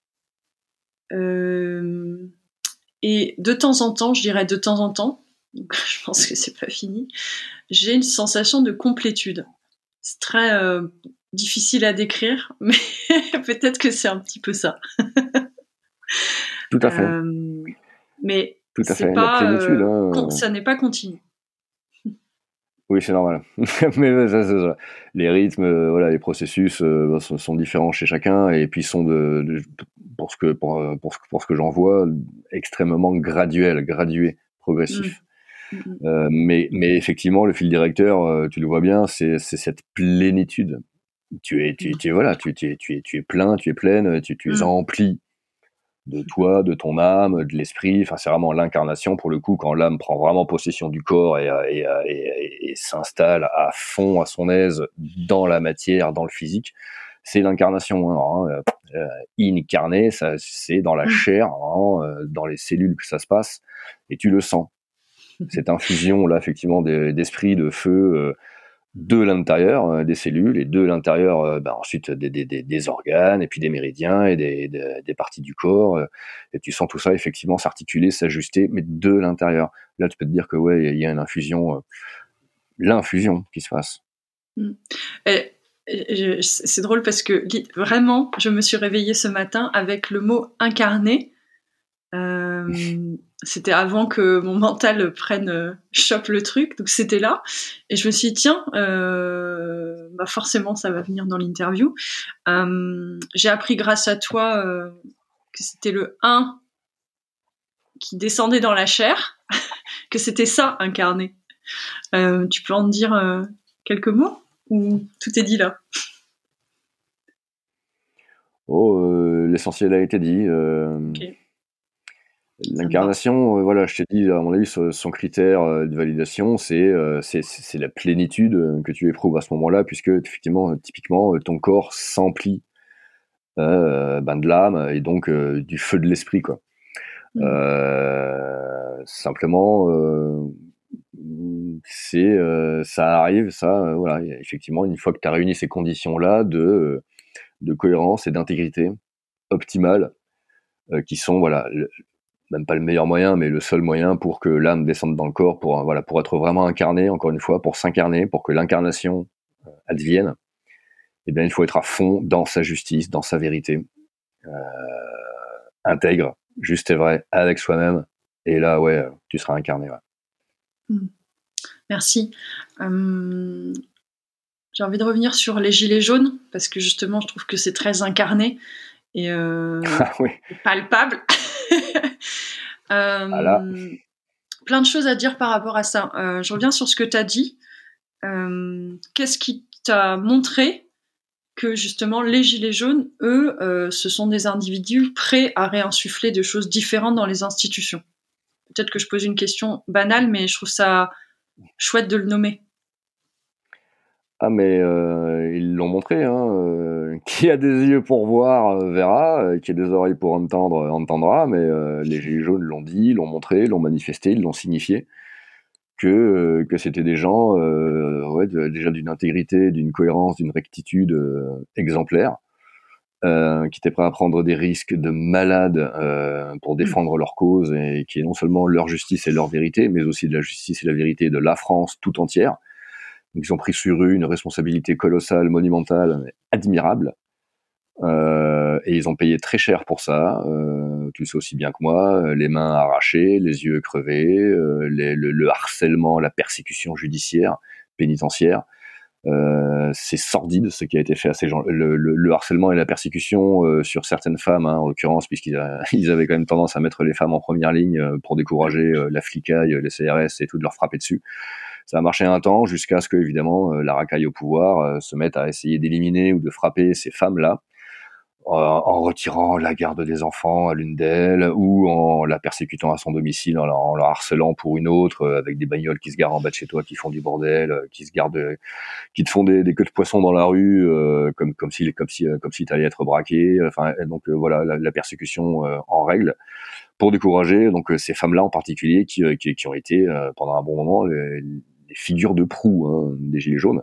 Et de temps en temps, je dirais de temps en temps, donc je pense que c'est pas fini, j'ai une sensation de complétude. C'est très difficile à décrire, mais peut-être que c'est un petit peu ça. Tout à fait. Mais tout à c'est fait. pas, La plénitude. ça n'est pas continu. Oui, c'est normal. Mais ça, c'est ça. Les rythmes, voilà, les processus sont différents chez chacun et puis sont pour ce que j'en vois, extrêmement gradués, progressifs. Mais effectivement, le fil directeur, tu le vois bien, c'est cette plénitude. Tu es plein, tu es pleine, tu es empli de toi, de ton âme, de l'esprit. Enfin, c'est vraiment l'incarnation pour le coup quand l'âme prend vraiment possession du corps et s'installe à fond, à son aise dans la matière, dans le physique. C'est l'incarnation, incarné, ça, c'est dans la chair, dans les cellules que ça se passe, et tu le sens. Cette infusion là, effectivement, d'esprit, de feu. De l'intérieur des cellules et de l'intérieur ensuite des organes et puis des méridiens et des parties du corps et tu sens tout ça effectivement s'articuler, s'ajuster, mais de l'intérieur. Là tu peux te dire que ouais, il y a une infusion, l'infusion qui se passe. Et c'est drôle parce que vraiment je me suis réveillée ce matin avec le mot incarné. C'était avant que mon mental chope le truc, donc c'était là, et je me suis dit tiens, forcément ça va venir dans l'interview. J'ai appris grâce à toi que c'était le 1 qui descendait dans la chair, que c'était ça incarné. Tu peux en dire quelques mots ou tout est dit là? L'essentiel a été dit. Okay. L'incarnation, voilà, je t'ai dit, à mon avis, son critère de validation, c'est la plénitude que tu éprouves à ce moment-là, puisque effectivement, typiquement, ton corps s'emplit de l'âme et donc du feu de l'esprit, quoi. Simplement, ça arrive, ça, voilà, effectivement, une fois que tu as réuni ces conditions-là de cohérence et d'intégrité optimale, qui sont, voilà, même pas le meilleur moyen, mais le seul moyen pour que l'âme descende dans le corps, pour être vraiment incarné, encore une fois, pour s'incarner, pour que l'incarnation advienne, eh bien, il faut être à fond dans sa justice, dans sa vérité, intègre, juste et vrai, avec soi-même, et là, ouais, tu seras incarné, ouais. Merci. J'ai envie de revenir sur les gilets jaunes, parce que justement, je trouve que c'est très incarné et oui. palpable. Voilà. Plein de choses à dire par rapport à ça. Je reviens sur ce que tu as dit. Qu'est-ce qui t'a montré que justement les gilets jaunes, eux, ce sont des individus prêts à réinsuffler des choses différentes dans les institutions? Peut-être que je pose une question banale, mais je trouve ça chouette de le nommer. Ah mais ils l'ont montré, qui a des yeux pour voir verra, qui a des oreilles pour entendre entendra, mais les gilets jaunes l'ont dit, l'ont montré, l'ont manifesté, ils l'ont signifié, que c'était des gens déjà d'une intégrité, d'une cohérence, d'une rectitude exemplaire, qui étaient prêts à prendre des risques de malades pour défendre leur cause et qui est non seulement leur justice et leur vérité, mais aussi de la justice et la vérité de la France tout entière. Donc, ils ont pris sur eux une responsabilité colossale, monumentale, admirable. Et ils ont payé très cher pour ça. Tu le sais aussi bien que moi, les mains arrachées, les yeux crevés, le harcèlement, la persécution judiciaire, pénitentiaire. C'est sordide ce qui a été fait à ces gens. Le harcèlement et la persécution sur certaines femmes, en l'occurrence, puisqu'ils avaient quand même tendance à mettre les femmes en première ligne pour décourager la flicaille, les CRS et tout, de leur frapper dessus. Ça a marché un temps jusqu'à ce que, évidemment, la racaille au pouvoir se mette à essayer d'éliminer ou de frapper ces femmes-là en retirant la garde des enfants à l'une d'elles, ou en la persécutant à son domicile, en la harcelant pour une autre, avec des bagnoles qui se garent en bas de chez toi, qui font du bordel, qui te font des queues de poisson dans la rue, comme si t'allais être braqué. Enfin, donc voilà, la persécution en règle pour décourager donc ces femmes-là en particulier qui ont été pendant un bon moment les figures de proue, hein, des gilets jaunes.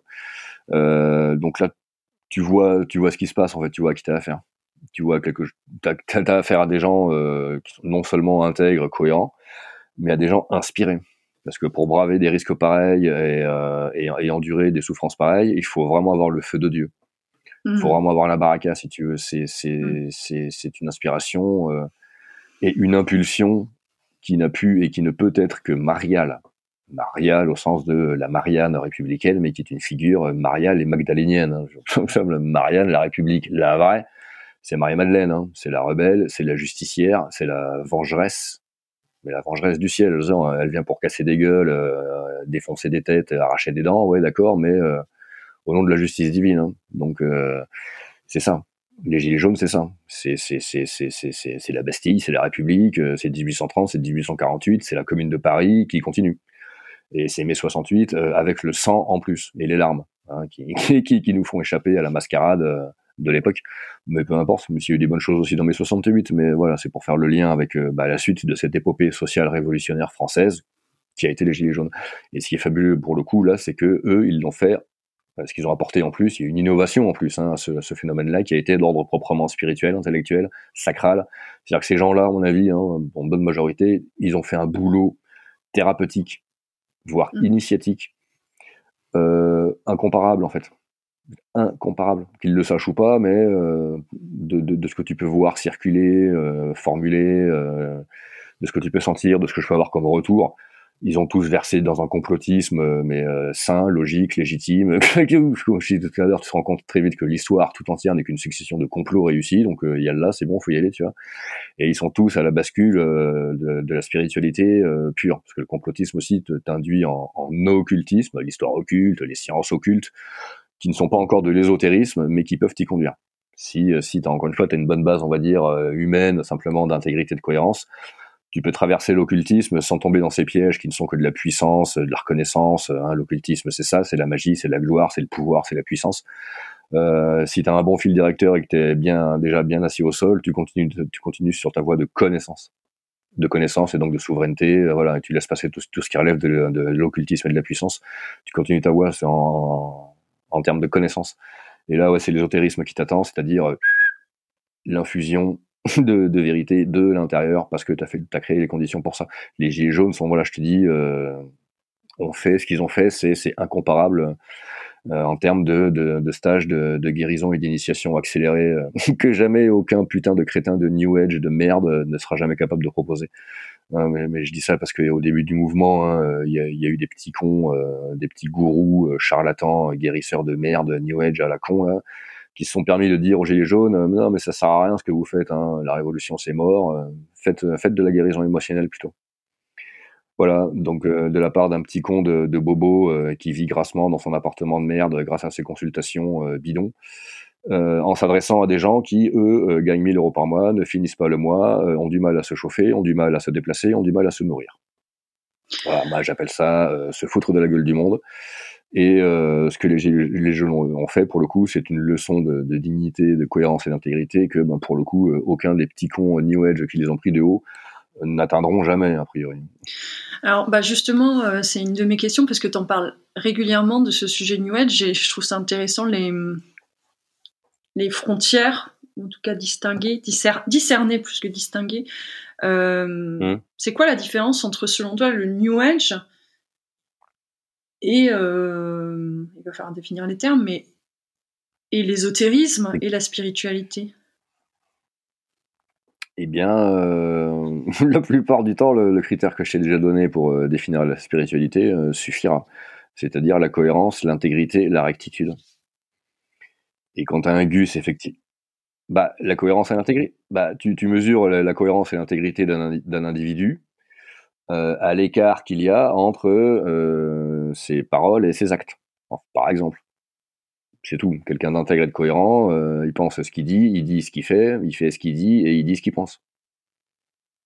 Donc là, tu vois ce qui se passe en fait, tu vois à qui t'as affaire. Tu vois t'as affaire à des gens qui sont non seulement intègres, cohérents, mais à des gens inspirés. Parce que pour braver des risques pareils et endurer des souffrances pareilles, il faut vraiment avoir le feu de Dieu. Il faut vraiment avoir la baraka, si tu veux. C'est une inspiration et une impulsion qui n'a pu et qui ne peut être que mariale. Mariale au sens de la Marianne républicaine, mais qui est une figure mariale et magdalénienne. Hein. Marianne, la République, la vraie, c'est Marie-Madeleine. Hein. C'est la rebelle, c'est la justicière, c'est la vengeresse. Mais la vengeresse du ciel, elle vient pour casser des gueules, défoncer des têtes, arracher des dents, ouais d'accord, mais au nom de la justice divine. Hein. Donc c'est ça. Les Gilets jaunes, c'est ça. C'est la Bastille, c'est la République, c'est 1830, c'est 1848, c'est la Commune de Paris qui continue. Et c'est mai 68 avec le sang en plus et les larmes hein, qui nous font échapper à la mascarade de l'époque. Mais peu importe, il y a eu des bonnes choses aussi dans mai 68, mais voilà, c'est pour faire le lien avec la suite de cette épopée sociale révolutionnaire française qui a été les Gilets jaunes. Et ce qui est fabuleux pour le coup là, c'est que eux, ils l'ont fait. Ce qu'ils ont apporté en plus, il y a une innovation en plus hein, à ce phénomène-là qui a été d'ordre proprement spirituel, intellectuel, sacral. C'est-à-dire que ces gens-là, à mon avis, hein, en bonne majorité, ils ont fait un boulot thérapeutique, voire initiatique, incomparable en fait. Incomparable. Qu'ils le sachent ou pas, mais de ce que tu peux voir circuler, formuler, de ce que tu peux sentir, de ce que je peux avoir comme retour. Ils ont tous versé dans un complotisme, mais sain, logique, légitime. Comme je disais tout à l'heure, tu te rends compte très vite que l'histoire tout entière n'est qu'une succession de complots réussis. Donc il y a là, c'est bon, faut y aller, tu vois. Et ils sont tous à la bascule de la spiritualité pure, parce que le complotisme aussi t'induit en occultisme, l'histoire occulte, les sciences occultes, qui ne sont pas encore de l'ésotérisme, mais qui peuvent t'y conduire. Si t'as encore une fois, t'as une bonne base, on va dire, humaine, simplement d'intégrité, de cohérence, tu peux traverser l'occultisme sans tomber dans ces pièges qui ne sont que de la puissance, de la reconnaissance. Hein. L'occultisme, c'est ça, c'est la magie, c'est la gloire, c'est le pouvoir, c'est la puissance. Si tu as un bon fil directeur et que tu es déjà bien assis au sol, tu continues sur ta voie de connaissance et donc de souveraineté. Voilà, et tu laisses passer tout ce qui relève de l'occultisme et de la puissance. Tu continues ta voie en termes de connaissance. Et là, ouais, c'est l'ésotérisme qui t'attend, c'est-à-dire l'infusion de vérité de l'intérieur, parce que t'as créé les conditions pour ça. Les gilets jaunes sont, voilà, je te dis, ont fait ce qu'ils ont fait, c'est incomparable en termes de stages de guérison et d'initiation accélérée que jamais aucun putain de crétin de New Age de merde ne sera jamais capable de proposer. Mais je dis ça parce qu'au début du mouvement, il y a eu des petits cons, des petits gourous, charlatans, guérisseurs de merde, New Age à la con, là, qui se sont permis de dire aux Gilets jaunes non mais ça sert à rien ce que vous faites, hein, la révolution c'est mort, faites de la guérison émotionnelle plutôt. Voilà, donc de la part d'un petit con de bobo qui vit grassement dans son appartement de merde grâce à ses consultations bidons, en s'adressant à des gens qui, eux, gagnent 1 000 euros par mois, ne finissent pas le mois, ont du mal à se chauffer, ont du mal à se déplacer, ont du mal à se nourrir. Voilà, moi j'appelle ça se foutre de la gueule du monde. Et ce que les jeunes ont fait, pour le coup, c'est une leçon de dignité, de cohérence et d'intégrité que, pour le coup, aucun des petits cons New Age qui les ont pris de haut n'atteindront jamais, a priori. Alors, justement, c'est une de mes questions, parce que tu en parles régulièrement de ce sujet New Age, et je trouve ça intéressant, les frontières, en tout cas distinguer, discerner plus que distinguer. C'est quoi la différence entre, selon toi, le New Age et, il va falloir définir les termes, mais et l'ésotérisme et la spiritualité? Eh bien, la plupart du temps, le critère que je t'ai déjà donné pour définir la spiritualité suffira. C'est-à-dire la cohérence, l'intégrité, la rectitude. Et quand tu as un gus, effectivement, la cohérence et l'intégrité. Tu mesures la cohérence et l'intégrité d'un individu à l'écart qu'il y a entre ses paroles et ses actes, par exemple. C'est tout. Quelqu'un d'intègre et de cohérent, il pense ce qu'il dit ce qu'il fait, il fait ce qu'il dit et il dit ce qu'il pense. D'accord ?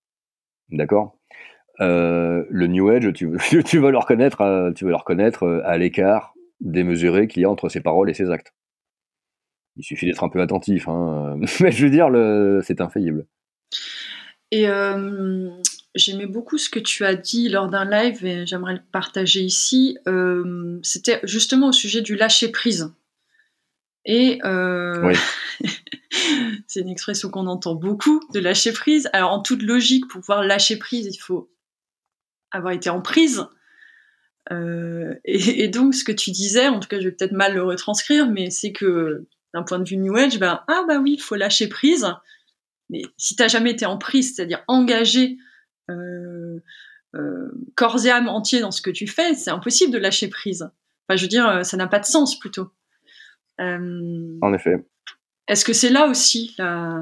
Le New Age, tu vas le reconnaître à l'écart démesuré qu'il y a entre ses paroles et ses actes. Il suffit d'être un peu attentif, hein. Mais je veux dire, c'est infaillible. Et j'aimais beaucoup ce que tu as dit lors d'un live, et j'aimerais le partager ici. C'était justement au sujet du lâcher-prise. Et Oui. c'est une expression qu'on entend beaucoup, de lâcher-prise. Alors, en toute logique, pour pouvoir lâcher prise, il faut avoir été en prise. Et donc, ce que tu disais, en tout cas, je vais peut-être mal le retranscrire, mais c'est que d'un point de vue New Age, oui, il faut lâcher prise. Mais si t'as jamais été en prise, c'est-à-dire engagé corps et âme entier dans ce que tu fais, c'est impossible de lâcher prise. Enfin, je veux dire, ça n'a pas de sens plutôt. En effet. Est-ce que c'est là aussi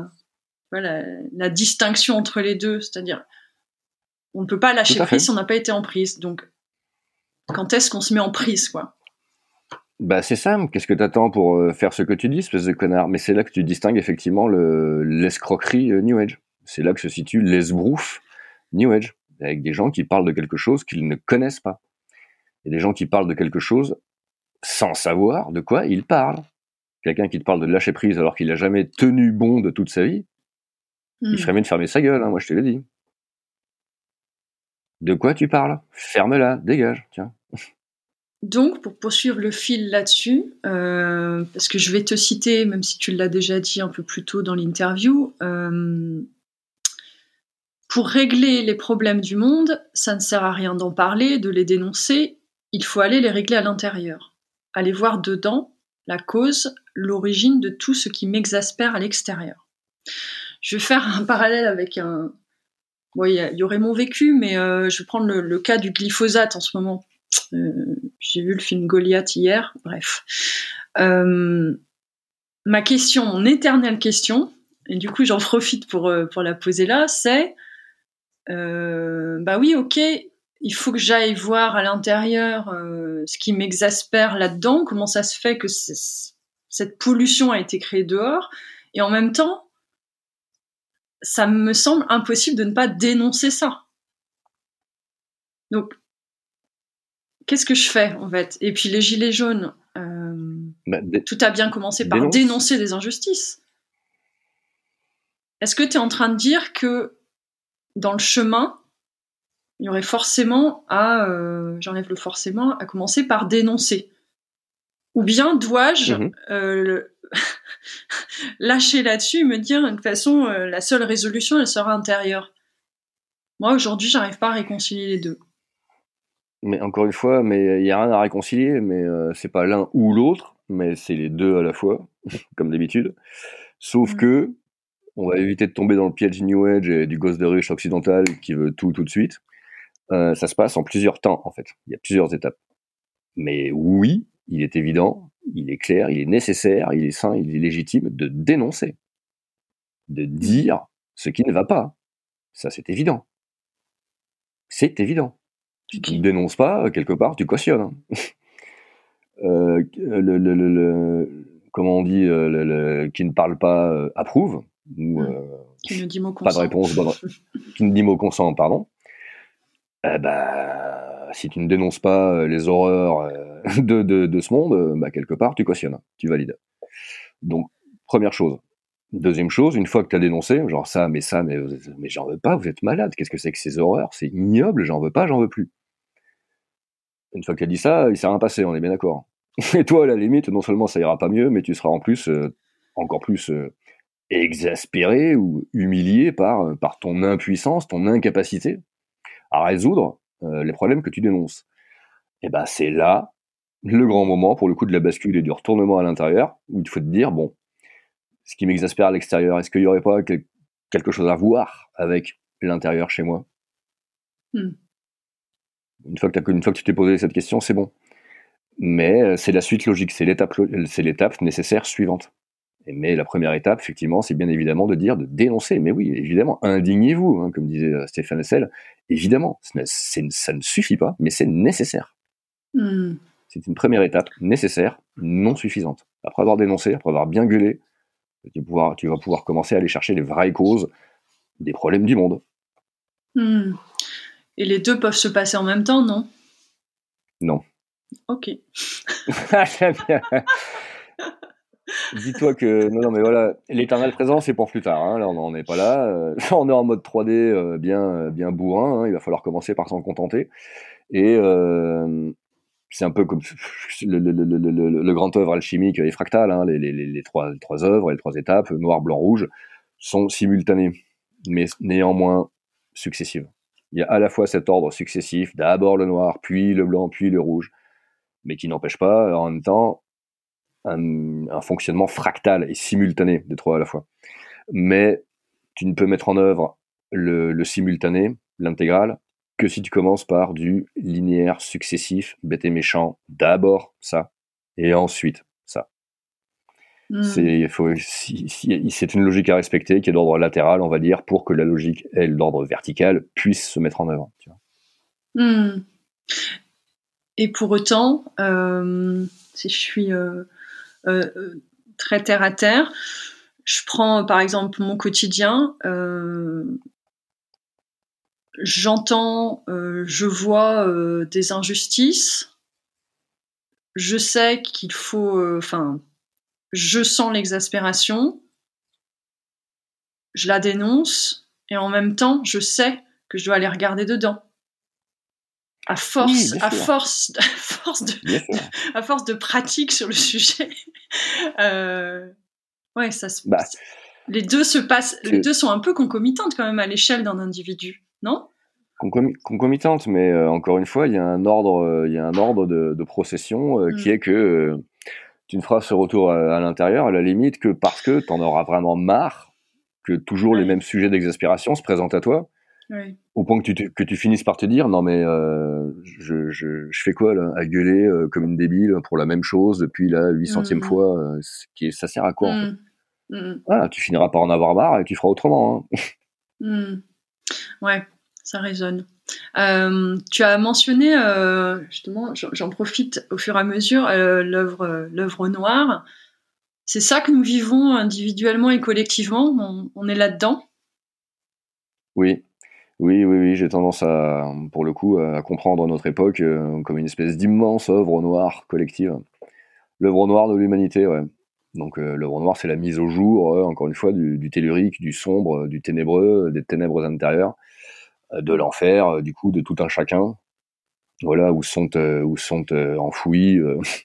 la distinction entre les deux, c'est-à-dire on ne peut pas lâcher prise si on n'a pas été en prise. Donc, quand est-ce qu'on se met en prise, quoi ? Bah c'est ça, qu'est-ce que t'attends pour faire ce que tu dis, espèce de connard ? Mais c'est là que tu distingues effectivement l'escroquerie New Age. C'est là que se situe l'esbrouf New Age, avec des gens qui parlent de quelque chose qu'ils ne connaissent pas. Et des gens qui parlent de quelque chose sans savoir de quoi ils parlent. Quelqu'un qui te parle de lâcher prise alors qu'il n'a jamais tenu bon de toute sa vie, il ferait mieux de fermer sa gueule, hein, moi je te l'ai dit. De quoi tu parles ? Ferme-la, dégage, tiens. Donc, pour poursuivre le fil là-dessus, parce que je vais te citer, même si tu l'as déjà dit un peu plus tôt dans l'interview, pour régler les problèmes du monde, ça ne sert à rien d'en parler, de les dénoncer, il faut aller les régler à l'intérieur. Aller voir dedans la cause, l'origine de tout ce qui m'exaspère à l'extérieur. Je vais faire un parallèle avec un... Bon, il y aurait mon vécu, mais je vais prendre le cas du glyphosate en ce moment. J'ai vu le film Goliath hier, bref. Ma question, mon éternelle question, et du coup j'en profite pour la poser là, c'est oui, ok, il faut que j'aille voir à l'intérieur ce qui m'exaspère là-dedans, comment ça se fait que cette pollution a été créée dehors, et en même temps, ça me semble impossible de ne pas dénoncer ça. Donc, qu'est-ce que je fais, en fait ? Et puis les gilets jaunes, tout a bien commencé par dénoncer des injustices. Est-ce que tu es en train de dire que dans le chemin, il y aurait forcément j'enlève le forcément, à commencer par dénoncer ? Ou bien dois-je lâcher là-dessus et me dire, de toute façon, la seule résolution, elle sera intérieure ? Moi, aujourd'hui, j'arrive pas à réconcilier les deux. Mais encore une fois, il n'y a rien à réconcilier, mais c'est pas l'un ou l'autre, mais c'est les deux à la fois, comme d'habitude. Sauf que on va éviter de tomber dans le piège New Age et du gosse de riche occidental qui veut tout de suite. Ça se passe en plusieurs temps, en fait. Il y a plusieurs étapes. Mais oui, il est évident, il est clair, il est nécessaire, il est sain, il est légitime de dénoncer. De dire ce qui ne va pas. Ça, c'est évident. C'est évident. Si tu ne dénonces pas, quelque part, tu cautionnes. Comment on dit, qui ne parle pas approuve. Ou, qui ne dit mot consent. Pas de réponse. Qui ne dit mot consent, pardon. Si tu ne dénonces pas les horreurs de ce monde, quelque part, tu cautionnes, tu valides. Donc, première chose. Deuxième chose, une fois que tu as dénoncé, genre mais j'en veux pas, vous êtes malade, qu'est-ce que c'est que ces horreurs ? C'est ignoble, j'en veux pas, j'en veux plus. Une fois que tu as dit ça, il s'est rien passé, on est bien d'accord. Et toi, à la limite, non seulement ça ira pas mieux, mais tu seras en plus, encore plus exaspéré ou humilié par ton impuissance, ton incapacité à résoudre les problèmes que tu dénonces. Et c'est là le grand moment, pour le coup, de la bascule et du retournement à l'intérieur, où il faut te dire, bon, ce qui m'exaspère à l'extérieur, est-ce qu'il n'y aurait pas quelque chose à voir avec l'intérieur chez moi ? Une fois que tu t'es posé cette question, c'est bon. Mais c'est la suite logique, c'est l'étape nécessaire suivante. Mais la première étape, effectivement, c'est bien évidemment de dénoncer. Mais oui, évidemment, indignez-vous, hein, comme disait Stéphane Hessel. Évidemment, ça ne suffit pas, mais c'est nécessaire. C'est une première étape nécessaire non suffisante. Après avoir dénoncé, après avoir bien gueulé, tu vas pouvoir commencer à aller chercher les vraies causes des problèmes du monde. Et les deux peuvent se passer en même temps, non? Non. Ok. J'aime bien. Dis-toi que non, mais voilà, l'éternel présent, c'est pour plus tard. Hein. Là, on n'en est pas là. On est en mode 3D bien bourrin. Hein. Il va falloir commencer par s'en contenter. Et c'est un peu comme le grand œuvre alchimique et fractal. Hein. Les trois œuvres, les trois étapes, noir, blanc, rouge, sont simultanées, mais néanmoins successives. Il y a à la fois cet ordre successif, d'abord le noir, puis le blanc, puis le rouge, mais qui n'empêche pas en même temps un fonctionnement fractal et simultané des trois à la fois. Mais tu ne peux mettre en œuvre le simultané, l'intégral, que si tu commences par du linéaire successif, bête et méchant, d'abord ça, et ensuite ça. C'est une logique à respecter qui est d'ordre latéral, on va dire, pour que la logique, elle, d'ordre vertical, puisse se mettre en œuvre. Tu vois. Et pour autant, si je suis très terre à terre, je prends par exemple mon quotidien, j'entends, je vois des injustices, je sais qu'il faut, je sens l'exaspération, je la dénonce, et en même temps, je sais que je dois aller regarder dedans. À force de pratique sur le sujet, ouais, ça se. Les deux se passent. Les deux sont un peu concomitantes quand même à l'échelle d'un individu, non? Concomitante, mais encore une fois, il y a un ordre de procession qui est que tu ne feras ce retour à l'intérieur, à la limite, que parce que tu en auras vraiment marre que toujours les mêmes sujets d'exaspération se présentent à toi, au point que tu finisses par te dire non mais je fais quoi là, à gueuler comme une débile pour la même chose depuis la 800e fois, ça sert à quoi en fait? Voilà, tu finiras par en avoir marre et tu feras autrement. Hein. Ouais, ça résonne. Tu as mentionné, justement, j'en profite au fur et à mesure, l'œuvre noire. C'est ça que nous vivons individuellement et collectivement. On est là-dedans. Oui, j'ai tendance pour le coup, à comprendre notre époque comme une espèce d'immense œuvre noire collective. L'œuvre noire de l'humanité, ouais. Donc l'œuvre noire, c'est la mise au jour, encore une fois, du tellurique, du sombre, du ténébreux, des ténèbres intérieures, de l'enfer, du coup, de tout un chacun. Voilà, où sont enfouis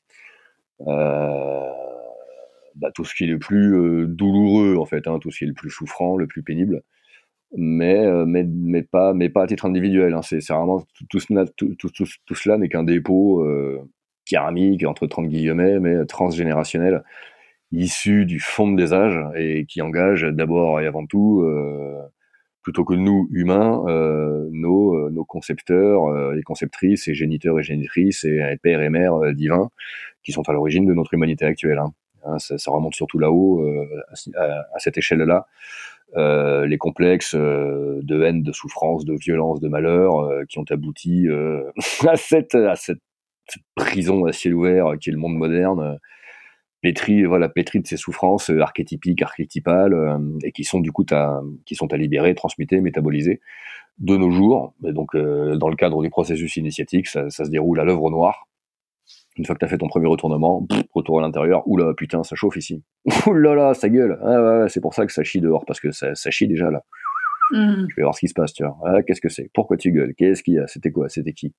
tout ce qui est le plus douloureux, en fait, hein, tout ce qui est le plus souffrant, le plus pénible. Mais pas à titre individuel. Hein. C'est vraiment tout cela n'est qu'un dépôt karmique, entre 30 guillemets, mais transgénérationnel, issu du fond des âges et qui engage d'abord et avant tout, plutôt que nous humains, nos concepteurs et conceptrices et géniteurs et génitrices et pères et mères divins qui sont à l'origine de notre humanité actuelle. Hein. Ça remonte surtout là-haut, à cette échelle-là. Les complexes de haine, de souffrance, de violence, de malheur qui ont abouti à cette prison à ciel ouvert qui est le monde moderne, pétri de ces souffrances archétypiques, archétypales, et qui sont du coup à libérer, transmuter, métaboliser de nos jours. Et donc dans le cadre du processus initiatique, ça se déroule à l'œuvre noire. Une fois que t'as fait ton premier retournement, retour à l'intérieur, oula, putain, ça chauffe ici. Oulala, ça gueule. Ah ouais, c'est pour ça que ça chie dehors, parce que ça chie déjà là. Je vais voir ce qui se passe, tu vois. Ah, qu'est-ce que c'est? Pourquoi tu gueules? Qu'est-ce qu'il y a? C'était quoi? C'était qui?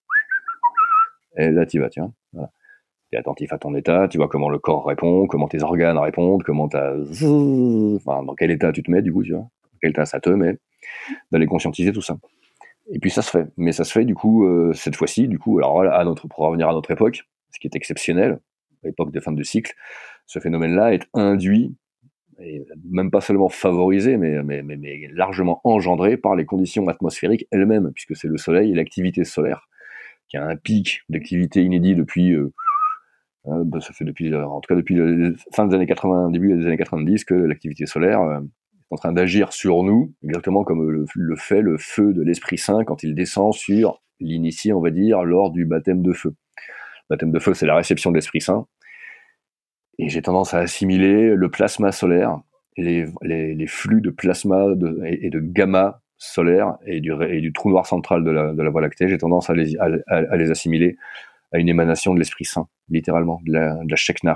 Et là, tu vas, tiens. Voilà. T'es attentif à ton état, tu vois comment le corps répond, comment tes organes répondent, comment dans quel état tu te mets, du coup, tu vois. Dans quel état ça te met. D'aller conscientiser tout ça. Et puis ça se fait. Mais ça se fait, du coup, cette fois-ci, du coup, alors pour revenir à notre époque, ce qui est exceptionnel, à l'époque des fins de cycle, ce phénomène-là est induit, et même pas seulement favorisé, mais largement engendré par les conditions atmosphériques elles-mêmes, puisque c'est le soleil et l'activité solaire, qui a un pic d'activité inédit depuis, ça fait depuis la fin des années 80, début des années 90, que l'activité solaire est en train d'agir sur nous, exactement comme le fait le feu de l'Esprit Saint quand il descend sur l'initié, on va dire, lors du baptême de feu. Le baptême de feu, c'est la réception de l'Esprit Saint. Et j'ai tendance à assimiler le plasma solaire, les flux de plasma et de gamma solaire et du trou noir central de la Voie lactée. J'ai tendance à les assimiler à une émanation de l'Esprit Saint, littéralement, de la Shekinah,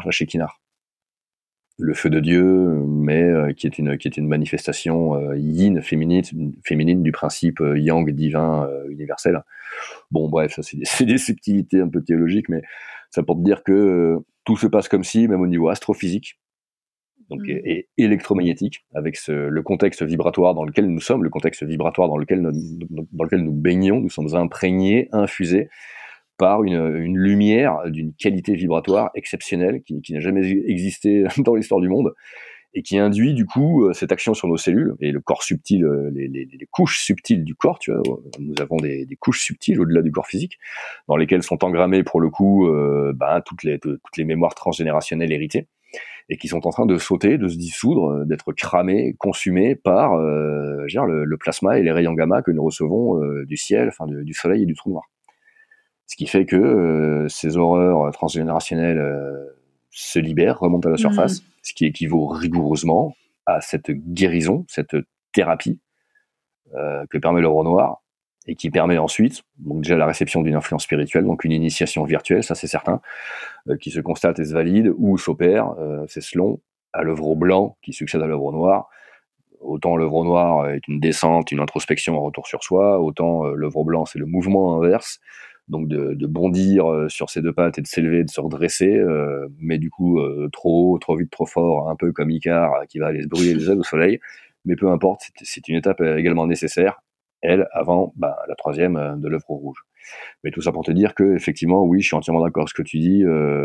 le feu de Dieu, mais qui est une manifestation yin, féminine du principe yang divin universel. Bon, bref, ça c'est des subtilités un peu théologiques, mais ça pour te dire que tout se passe comme si, même au niveau astrophysique, donc et électromagnétique, avec le contexte vibratoire dans lequel nous sommes, le contexte vibratoire dans lequel nous baignons, nous sommes imprégnés, infusés par une lumière d'une qualité vibratoire exceptionnelle qui n'a jamais existé dans l'histoire du monde et qui induit du coup cette action sur nos cellules et le corps subtil, les couches subtiles du corps. Tu vois, nous avons des couches subtiles au-delà du corps physique dans lesquelles sont engrammées pour le coup toutes les mémoires transgénérationnelles héritées et qui sont en train de sauter, de se dissoudre, d'être cramées, consumées par le plasma et les rayons gamma que nous recevons du ciel, du soleil et du trou noir. Ce qui fait que ces horreurs transgénérationnelles se libèrent, remontent à la surface, ce qui équivaut rigoureusement à cette guérison, cette thérapie que permet l'œuvre noire et qui permet ensuite, donc déjà la réception d'une influence spirituelle, donc une initiation virtuelle, ça c'est certain, qui se constate et se valide ou s'opère, c'est selon à l'œuvre blanc qui succède à l'œuvre noire. Autant l'œuvre noire est une descente, une introspection, un retour sur soi, autant l'œuvre blanc c'est le mouvement inverse, donc de bondir sur ses deux pattes et de s'élever, de se redresser, mais du coup trop haut, trop vite, trop fort, un peu comme Icare qui va aller se brûler les ailes au soleil, mais peu importe, c'est une étape également nécessaire, elle, avant la troisième de l'œuvre rouge. Mais tout ça pour te dire que effectivement, oui, je suis entièrement d'accord avec ce que tu dis,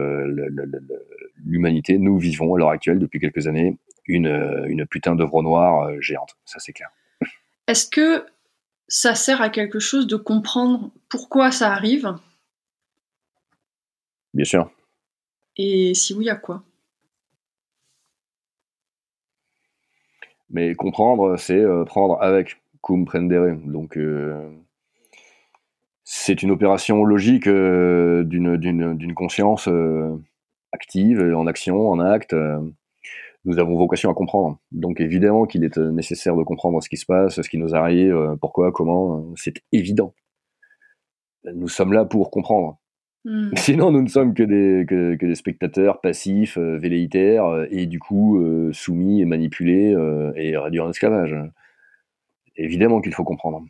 l'humanité, nous vivons à l'heure actuelle, depuis quelques années, une putain d'œuvre noire géante, ça c'est clair. Est-ce que ça sert à quelque chose de comprendre pourquoi ça arrive ? Bien sûr. Et si oui, à quoi ? Mais comprendre, c'est prendre avec, cum prendere. Donc c'est une opération logique d'une conscience active, en action, en acte. Nous avons vocation à comprendre. Donc évidemment qu'il est nécessaire de comprendre ce qui se passe, ce qui nous arrive, pourquoi, comment, c'est évident. Nous sommes là pour comprendre. Sinon, nous ne sommes que des spectateurs passifs, velléitaires, et du coup soumis et manipulés et réduits en esclavage. Évidemment qu'il faut comprendre.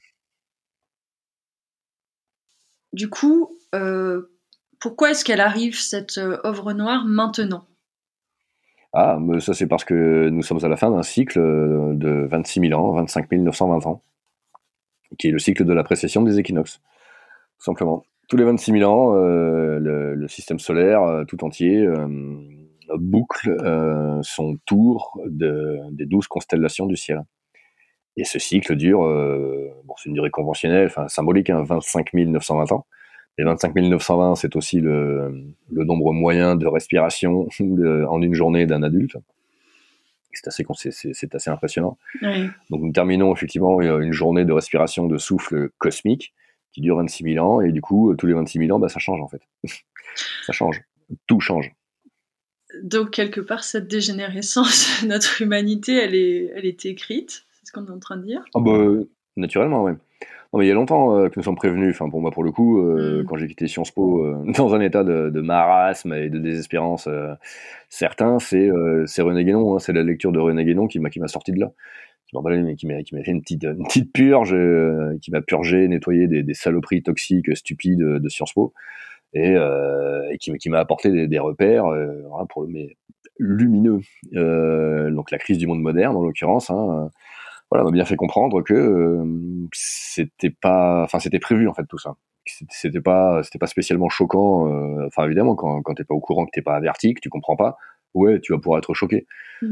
Du coup, pourquoi est-ce qu'elle arrive, cette œuvre noire, maintenant ? Ah, mais ça c'est parce que nous sommes à la fin d'un cycle de 26 000 ans, 25 920 ans, qui est le cycle de la précession des équinoxes, tout simplement. Tous les 26 000 ans, le système solaire tout entier boucle son tour des 12 constellations du ciel. Et ce cycle dure, c'est une durée conventionnelle, symbolique, 25 920 ans. Et 25 920, c'est aussi le nombre moyen de respiration en une journée d'un adulte. C'est assez impressionnant. Oui. Donc nous terminons effectivement une journée de respiration de souffle cosmique qui dure 26 000 ans, et du coup, tous les 26 000 ans, ça change en fait. Ça change. Tout change. Donc, quelque part, cette dégénérescence de notre humanité, elle est écrite, c'est ce qu'on est en train de dire ? Naturellement, oui. Non, mais il y a longtemps que nous sommes prévenus. Pour moi, pour le coup, quand j'ai quitté Sciences Po dans un état de marasme et de désespérance certain, c'est René Guénon, c'est la lecture de René Guénon qui m'a sorti de là. Qui m'a fait une petite purge, qui m'a purgé, nettoyé des saloperies toxiques, stupides de Sciences Po, et qui m'a apporté des repères pour mais lumineux. Donc la crise du monde moderne, en l'occurrence, m'a bien fait comprendre que c'était prévu en fait tout ça. C'était pas spécialement choquant. Évidemment, quand t'es pas au courant, que t'es pas averti, que tu comprends pas, ouais, tu vas pouvoir être choqué.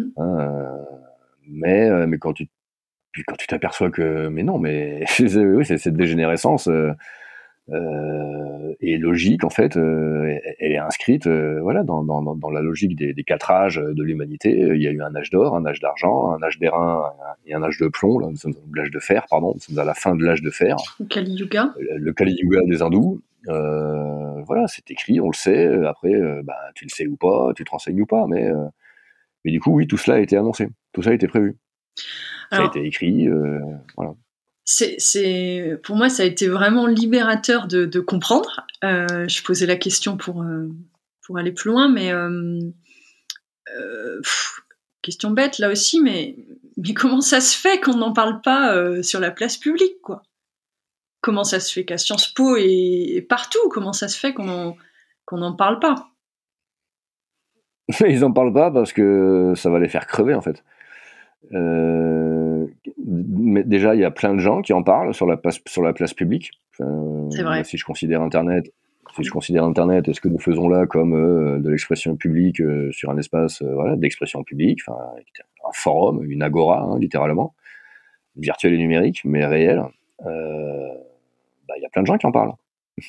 Mais quand tu t'aperçois que mais non, mais oui, c'est cette dégénérescence est logique en fait. Elle est inscrite dans la logique des 4 âges de l'humanité. Il y a eu un âge d'or, un âge d'argent, un âge d'airain et un âge de plomb. Là, nous sommes l'âge de fer, pardon. Nous sommes à la fin de l'âge de fer. Le Kali Yuga. Le Kali Yuga des hindous. voilà, c'est écrit, on le sait. Après, tu le sais ou pas, tu te renseignes ou pas, mais du coup, oui, tout cela a été annoncé, tout ça a été prévu, ça a été écrit, voilà. Pour moi, ça a été vraiment libérateur de comprendre. Je posais la question pour aller plus loin, mais question bête là aussi, mais comment ça se fait qu'on n'en parle pas sur la place publique, quoi? Comment ça se fait qu'à Sciences Po et partout, comment ça se fait qu'on n'en parle pas? Ils en parlent pas parce que ça va les faire crever, en fait. Mais déjà, il y a plein de gens qui en parlent sur la place publique. C'est vrai. Si je considère Internet, est-ce que nous faisons là comme de l'expression publique sur un espace d'expression publique, un forum, une agora, hein, littéralement, virtuel et numérique, mais réel. Il y a plein de gens qui en parlent.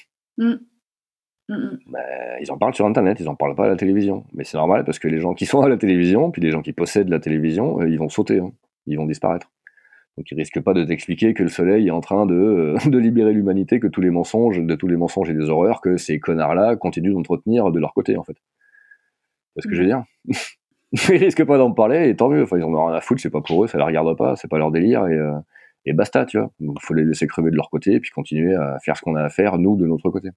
Ils en parlent sur Internet, ils en parlent pas à la télévision. Mais c'est normal parce que les gens qui sont à la télévision, puis les gens qui possèdent la télévision, ils vont sauter, hein. Ils vont disparaître. Donc ils risquent pas de t'expliquer que le soleil est en train de libérer l'humanité, que tous les mensonges et des horreurs que ces connards-là continuent d'entretenir de leur côté, en fait. C'est ce que je veux dire. Ils risquent pas d'en parler, et tant mieux. Enfin, ils en ont rien à foutre, c'est pas pour eux, ça les regarde pas, c'est pas leur délire, et basta, tu vois. Donc faut les laisser crever de leur côté, et puis continuer à faire ce qu'on a à faire, nous, de notre côté.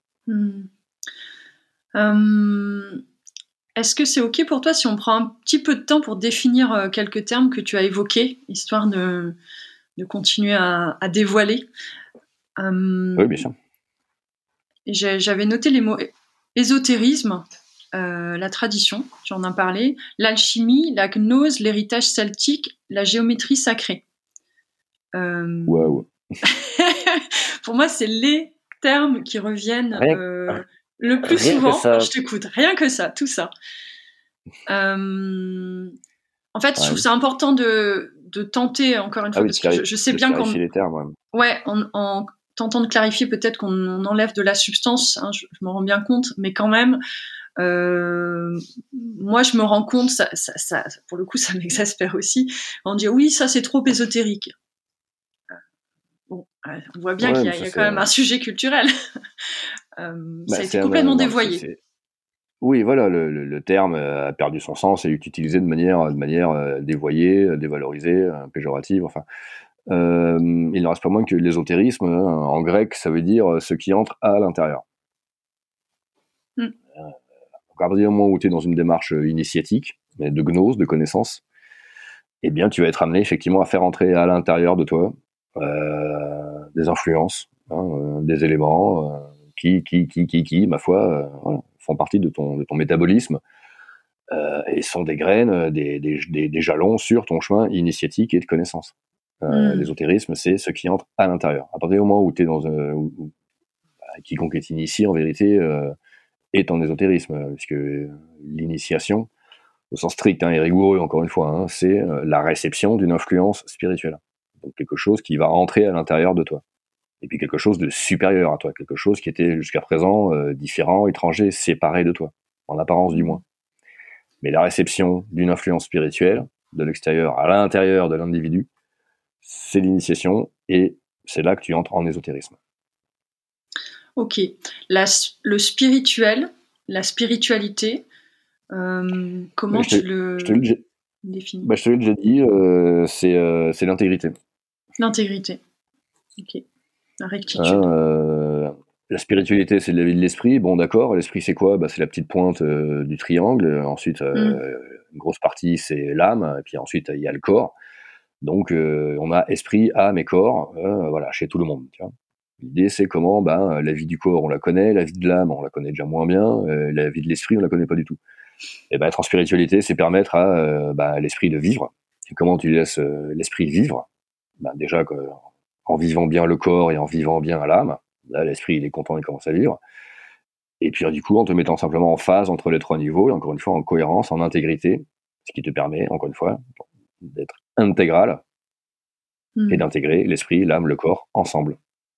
Est-ce que c'est OK pour toi si on prend un petit peu de temps pour définir quelques termes que tu as évoqués, histoire de continuer à dévoiler? Oui, bien sûr. J'avais noté les mots ésotérisme, la tradition, tu en as parlé, l'alchimie, la gnose, l'héritage celtique, la géométrie sacrée. Waouh. Pour moi, c'est les termes qui reviennent le plus souvent quand je t'écoute. Rien que ça, tout ça. En fait, je trouve ça important de tenter, encore une fois, parce que je sais bien qu'en les termes, en tentant de clarifier, peut-être qu'on enlève de la substance, hein, je m'en rends bien compte, mais quand même, moi je me rends compte, ça, pour le coup ça m'exaspère aussi, on dit oui, ça c'est trop ésotérique. Bon, on voit bien qu'il y a quand même un sujet culturel. Ça a été complètement dévoyé. Oui, voilà, le terme a perdu son sens et est utilisé de manière dévoyée, dévalorisée, péjorative, enfin. Il ne reste pas moins que l'ésotérisme, en grec, ça veut dire ce qui entre à l'intérieur. À partir du moment où tu es dans une démarche initiatique, de gnose, de connaissance, eh bien, tu vas être amené effectivement à faire entrer à l'intérieur de toi des influences, des éléments qui, ma foi, font partie de ton métabolisme et sont des graines, des jalons sur ton chemin initiatique et de connaissance. L'ésotérisme, c'est ce qui entre à l'intérieur. À partir du moment où tu es dans quiconque est initié, en vérité, est en ésotérisme, puisque l'initiation, au sens strict et rigoureux, encore une fois, c'est la réception d'une influence spirituelle. Donc quelque chose qui va entrer à l'intérieur de toi. Et puis quelque chose de supérieur à toi, quelque chose qui était jusqu'à présent différent, étranger, séparé de toi, en apparence du moins. Mais la réception d'une influence spirituelle, de l'extérieur à l'intérieur de l'individu, c'est l'initiation, et c'est là que tu entres en ésotérisme. Ok. Le spirituel, la spiritualité, comment tu le définis? Je te l'ai déjà dit, c'est l'intégrité. L'intégrité. Ok. La rectitude. La spiritualité, c'est la vie de l'esprit. Bon, d'accord. L'esprit, c'est quoi? C'est la petite pointe du triangle. Ensuite, une grosse partie, c'est l'âme. Et puis ensuite, il y a le corps. Donc, on a esprit, âme et corps, voilà, chez tout le monde. Tu vois. L'idée, c'est comment la vie du corps, on la connaît. La vie de l'âme, on la connaît déjà moins bien. La vie de l'esprit, on la connaît pas du tout. Et être en spiritualité, c'est permettre à l'esprit de vivre. Et comment tu laisses l'esprit vivre? Déjà, en vivant bien le corps et en vivant bien l'âme, là, l'esprit, il est content, il commence à vivre. Et puis, du coup, en te mettant simplement en phase entre les trois niveaux, et encore une fois, en cohérence, en intégrité, ce qui te permet, encore une fois, d'être intégral et d'intégrer l'esprit, l'âme, le corps, ensemble.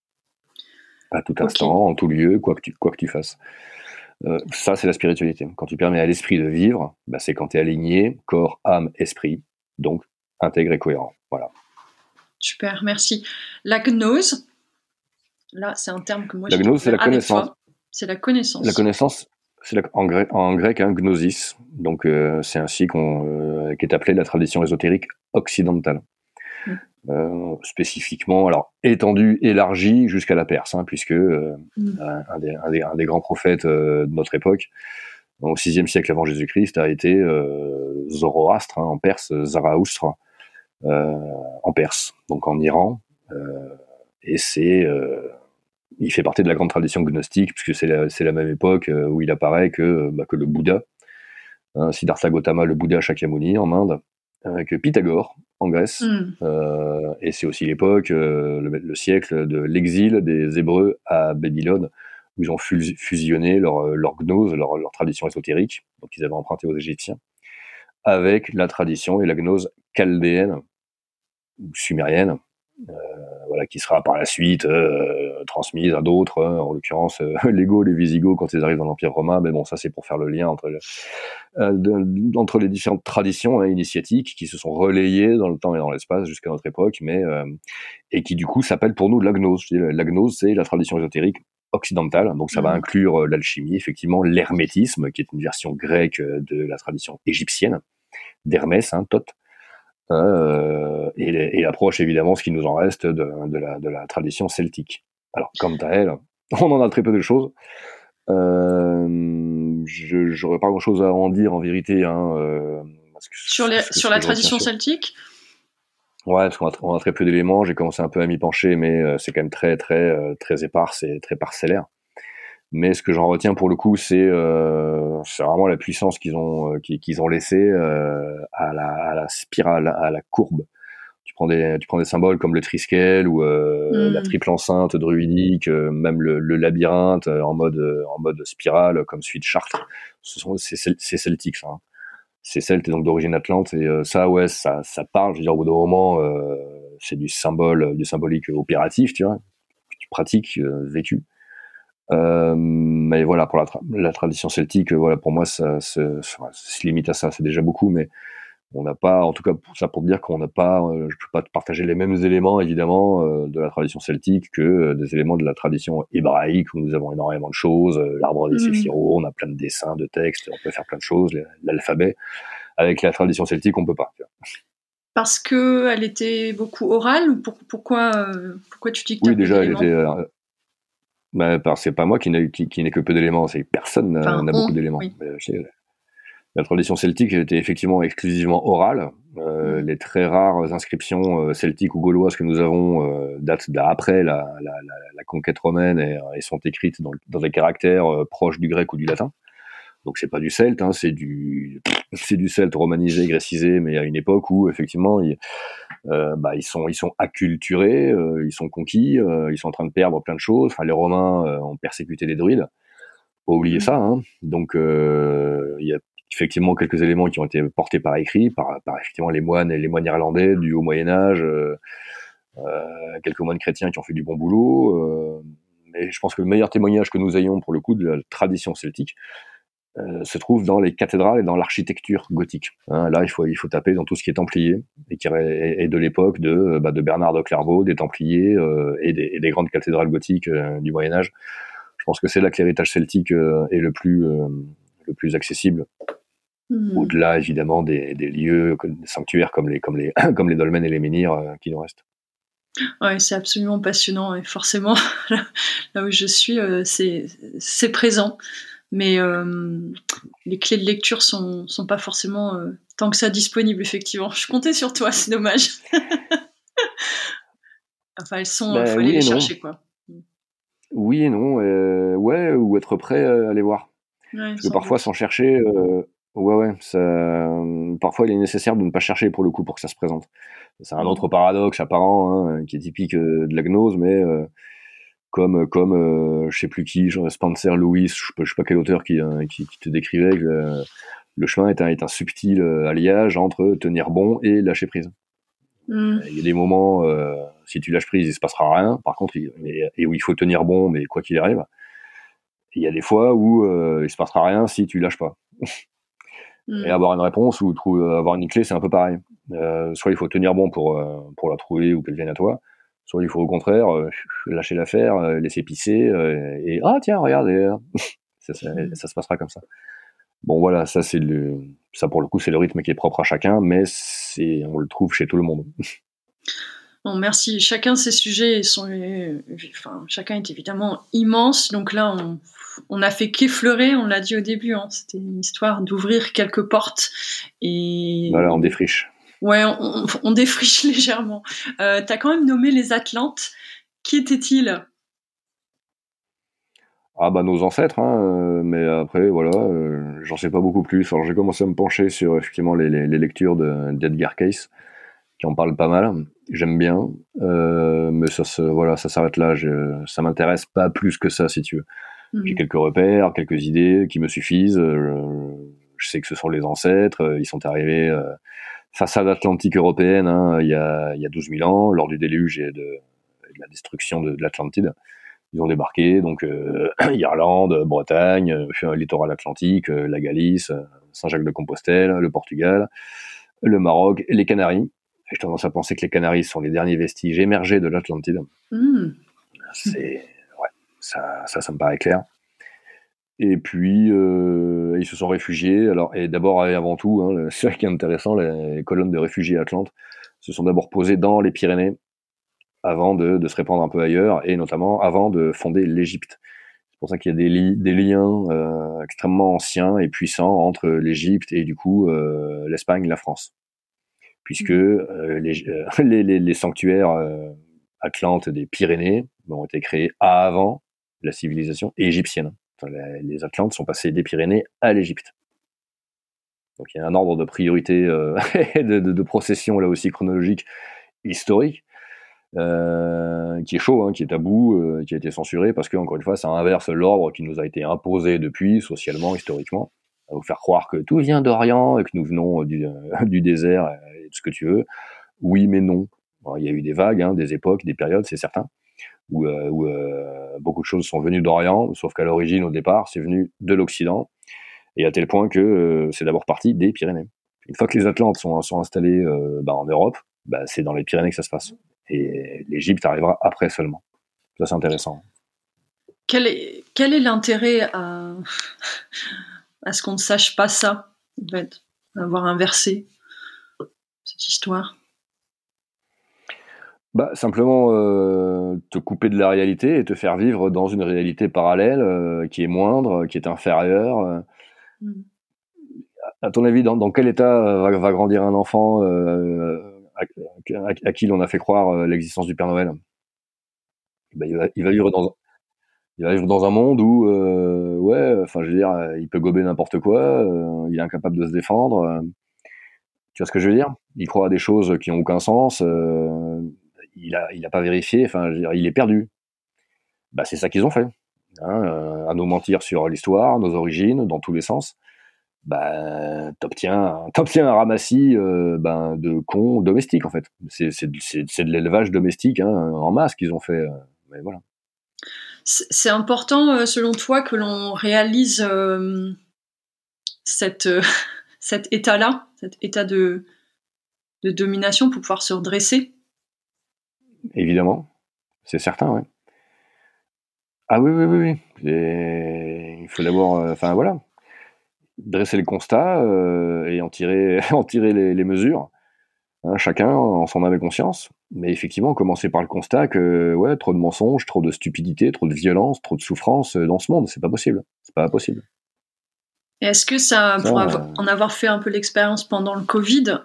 À tout instant, en tout lieu, quoi que tu fasses. Ça, c'est la spiritualité. Quand tu permets à l'esprit de vivre, c'est quand tu es aligné, corps, âme, esprit, donc intègre et cohérent. Voilà. Super, merci. La gnose, là, c'est un terme que moi j'ai trouvé c'est la connaissance. C'est la connaissance. La connaissance, c'est en grec, hein, gnosis. Donc, c'est ainsi qu'est appelée la tradition ésotérique occidentale. Spécifiquement, alors étendue, élargie jusqu'à la Perse, hein, puisque un des grands prophètes de notre époque, au VIe siècle avant Jésus-Christ, a été Zoroastre, hein, en Perse, Zaraoustre, en Perse, donc en Iran, et il fait partie de la grande tradition gnostique, puisque c'est la même époque où il apparaît que le Bouddha, hein, Siddhartha Gautama, le Bouddha Shakyamuni en Inde, que Pythagore en Grèce, et c'est aussi l'époque, le siècle de l'exil des Hébreux à Babylone, où ils ont fusionné leur gnose, leur tradition ésotérique, donc ils avaient emprunté aux Égyptiens, avec la tradition et la gnose chaldéenne ou sumérienne, voilà, qui sera par la suite transmise à d'autres, en l'occurrence les Gaules, les Visigoths quand ils arrivent dans l'Empire romain, mais bon, ça c'est pour faire le lien entre les différentes traditions, hein, initiatiques qui se sont relayées dans le temps et dans l'espace jusqu'à notre époque, mais et qui du coup s'appellent pour nous la gnose. La gnose, c'est la tradition ésotérique occidentale, donc ça va inclure l'alchimie, effectivement, l'hermétisme, qui est une version grecque de la tradition égyptienne, d'Hermès, hein, Thoth, et l'approche, évidemment, ce qui nous en reste de la tradition celtique. Alors, quant à elle, on en a très peu de choses. J'aurais pas grand-chose à en dire, en vérité. Hein, sur la tradition celtique. Ouais, parce qu'on a très peu d'éléments. J'ai commencé un peu à m'y pencher, mais c'est quand même très, très, très épars et très parcellaire. Mais ce que j'en retiens pour le coup, c'est vraiment la puissance qu'ils ont laissée à la spirale, à la courbe. Tu prends des symboles comme le triskel ou la triple enceinte druidique, même le labyrinthe en mode spirale, comme celui de Chartres. C'est celtique, ça. Hein. C'est celte et donc d'origine atlante, et ça, ouais, ça parle. Je veux dire, au bout d'un moment, c'est du symbolique opératif, tu vois, que tu pratiques, vécu. Mais voilà, pour la tradition celtique, voilà, pour moi, ça se limite à ça. C'est déjà beaucoup, mais on n'a pas, en tout cas, pour dire qu'on n'a pas, je peux pas te partager les mêmes éléments, évidemment, de la tradition celtique que des éléments de la tradition hébraïque, où nous avons énormément de choses, l'arbre des séphiros, on a plein de dessins, de textes, on peut faire plein de choses, l'alphabet. Avec la tradition celtique, on peut pas. Parce que elle était beaucoup orale, ou pourquoi tu dis que t'as oui, déjà, elle était. parce c'est pas moi qui n'ai que peu d'éléments, c'est personne n'a beaucoup d'éléments. Oui. La tradition celtique était effectivement exclusivement orale. Les très rares inscriptions celtiques ou gauloises que nous avons datent d'après la conquête romaine et sont écrites dans des caractères proches du grec ou du latin. Donc c'est pas du celte, hein, c'est du celte romanisé, grécisé, mais à une époque où effectivement ils sont acculturés, ils sont conquis, ils sont en train de perdre plein de choses. Enfin, les Romains ont persécuté les druides. Pas oublier ça, hein. Donc il y a effectivement quelques éléments qui ont été portés par écrit, par effectivement les moines irlandais du Haut Moyen Âge, quelques moines chrétiens qui ont fait du bon boulot. Mais je pense que le meilleur témoignage que nous ayons pour le coup de la tradition celtique se trouve dans les cathédrales et dans l'architecture gothique. Hein, là, il faut taper dans tout ce qui est templier et qui est de l'époque de Bernard de Clairvaux, des Templiers et des grandes cathédrales gothiques du Moyen Âge. Je pense que c'est là que l'héritage celtique est le plus accessible. Au-delà, évidemment, des lieux, des sanctuaires comme les dolmens et les menhirs qui nous restent. Ouais, c'est absolument passionnant, et forcément, là où je suis, c'est présent. Mais les clés de lecture sont pas forcément tant que ça disponibles, effectivement. Je comptais sur toi, c'est dommage. Enfin, elles sont, faut aller les chercher, quoi. Oui et non, ouais, ou être prêt à les voir. Ouais, parce que parfois, sans chercher, parfois il est nécessaire de ne pas chercher pour le coup pour que ça se présente. C'est un autre paradoxe apparent, hein, qui est typique de la gnose, mais comme je sais plus qui, genre Spencer Lewis, je sais pas quel auteur qui te décrivait que le chemin est un subtil alliage entre tenir bon et lâcher prise. Il y a des moments, si tu lâches prise, il se passera rien. Par contre, où il faut tenir bon, mais quoi qu'il arrive. Il y a des fois où il se passera rien si tu lâches pas. Et avoir une réponse ou avoir une clé, c'est un peu pareil. Soit il faut tenir bon pour la trouver ou qu'elle vienne à toi, Soit il faut au contraire lâcher l'affaire, laisser pisser, et ah tiens, regardez, ça se passera comme ça. Bon voilà, ça pour le coup c'est le rythme qui est propre à chacun, mais on le trouve chez tout le monde. Bon, merci. Chacun ses sujets chacun est évidemment immense. Donc là, on a fait qu'effleurer, on l'a dit au début. Hein, c'était une histoire d'ouvrir quelques portes et voilà, on défriche. Ouais, on défriche légèrement. T'as quand même nommé les Atlantes. Qui étaient-ils ? Ah bah nos ancêtres, hein, mais après voilà, j'en sais pas beaucoup plus. Alors j'ai commencé à me pencher sur effectivement les lectures d'Edgar Cayce, qui en parlent pas mal. J'aime bien, mais ça s'arrête là. Ça m'intéresse pas plus que ça, si tu veux. J'ai quelques repères, quelques idées qui me suffisent. Je sais que ce sont les ancêtres. Ils sont arrivés façade atlantique européenne, hein, il y a 12 000 ans, lors du déluge et de la destruction de l'Atlantide. Ils ont débarqué, donc Irlande, Bretagne, littoral atlantique, la Galice, Saint-Jacques-de-Compostelle, le Portugal, le Maroc, et les Canaries. J'ai tendance à penser que les Canaries sont les derniers vestiges émergés de l'Atlantide. Ça me paraît clair. Et puis, ils se sont réfugiés. Alors, et d'abord et avant tout, hein, c'est ça qui est intéressant, les colonnes de réfugiés atlantes se sont d'abord posées dans les Pyrénées avant de se répandre un peu ailleurs, et notamment avant de fonder l'Égypte. C'est pour ça qu'il y a des liens extrêmement anciens et puissants entre l'Égypte et du coup l'Espagne et la France. Puisque les sanctuaires atlantes des Pyrénées ont été créés avant la civilisation égyptienne. Enfin, les Atlantes sont passés des Pyrénées à l'Égypte. Donc il y a un ordre de priorité de procession là aussi chronologique historique qui est chaud, hein, qui est tabou, qui a été censuré parce que encore une fois ça inverse l'ordre qui nous a été imposé depuis socialement, historiquement, à vous faire croire que tout vient d'Orient et que nous venons du désert et de ce que tu veux. Oui mais non. Alors, il y a eu des vagues, hein, des époques, des périodes, c'est certain, où beaucoup de choses sont venues d'Orient, sauf qu'à l'origine, au départ, c'est venu de l'Occident, et à tel point que c'est d'abord parti des Pyrénées. Une fois que les Atlantes sont installés en Europe, c'est dans les Pyrénées que ça se passe. Et l'Égypte arrivera après seulement. Ça, c'est intéressant. Quel est l'intérêt à ce qu'on ne sache pas ça, en fait, avoir inversé cette histoire ? Simplement te couper de la réalité et te faire vivre dans une réalité parallèle qui est moindre, qui est inférieure. À ton avis, dans quel état va grandir un enfant à qui l'on a fait croire l'existence du Père Noël ? Il va vivre dans un monde où, je veux dire, il peut gober n'importe quoi, il est incapable de se défendre. Tu vois ce que je veux dire ? Il croit à des choses qui n'ont aucun sens. Il a pas vérifié. Enfin, je veux dire, il est perdu. C'est ça qu'ils ont fait, hein, à nous mentir sur l'histoire, nos origines, dans tous les sens. T'obtiens un ramassis de cons domestiques en fait. C'est de l'élevage domestique, hein, en masse qu'ils ont fait. Mais voilà. C'est important, selon toi, que l'on réalise cet état-là, cet état de domination pour pouvoir se redresser ? Évidemment, c'est certain, ouais. Ah oui. Il faut d'abord, dresser le constat et en tirer les mesures. Hein, chacun en son âme et conscience. Mais effectivement, commencer par le constat que trop de mensonges, trop de stupidité, trop de violence, trop de souffrance dans ce monde, c'est pas possible. C'est pas possible. Et est-ce que ça, pour en avoir fait un peu l'expérience pendant le Covid,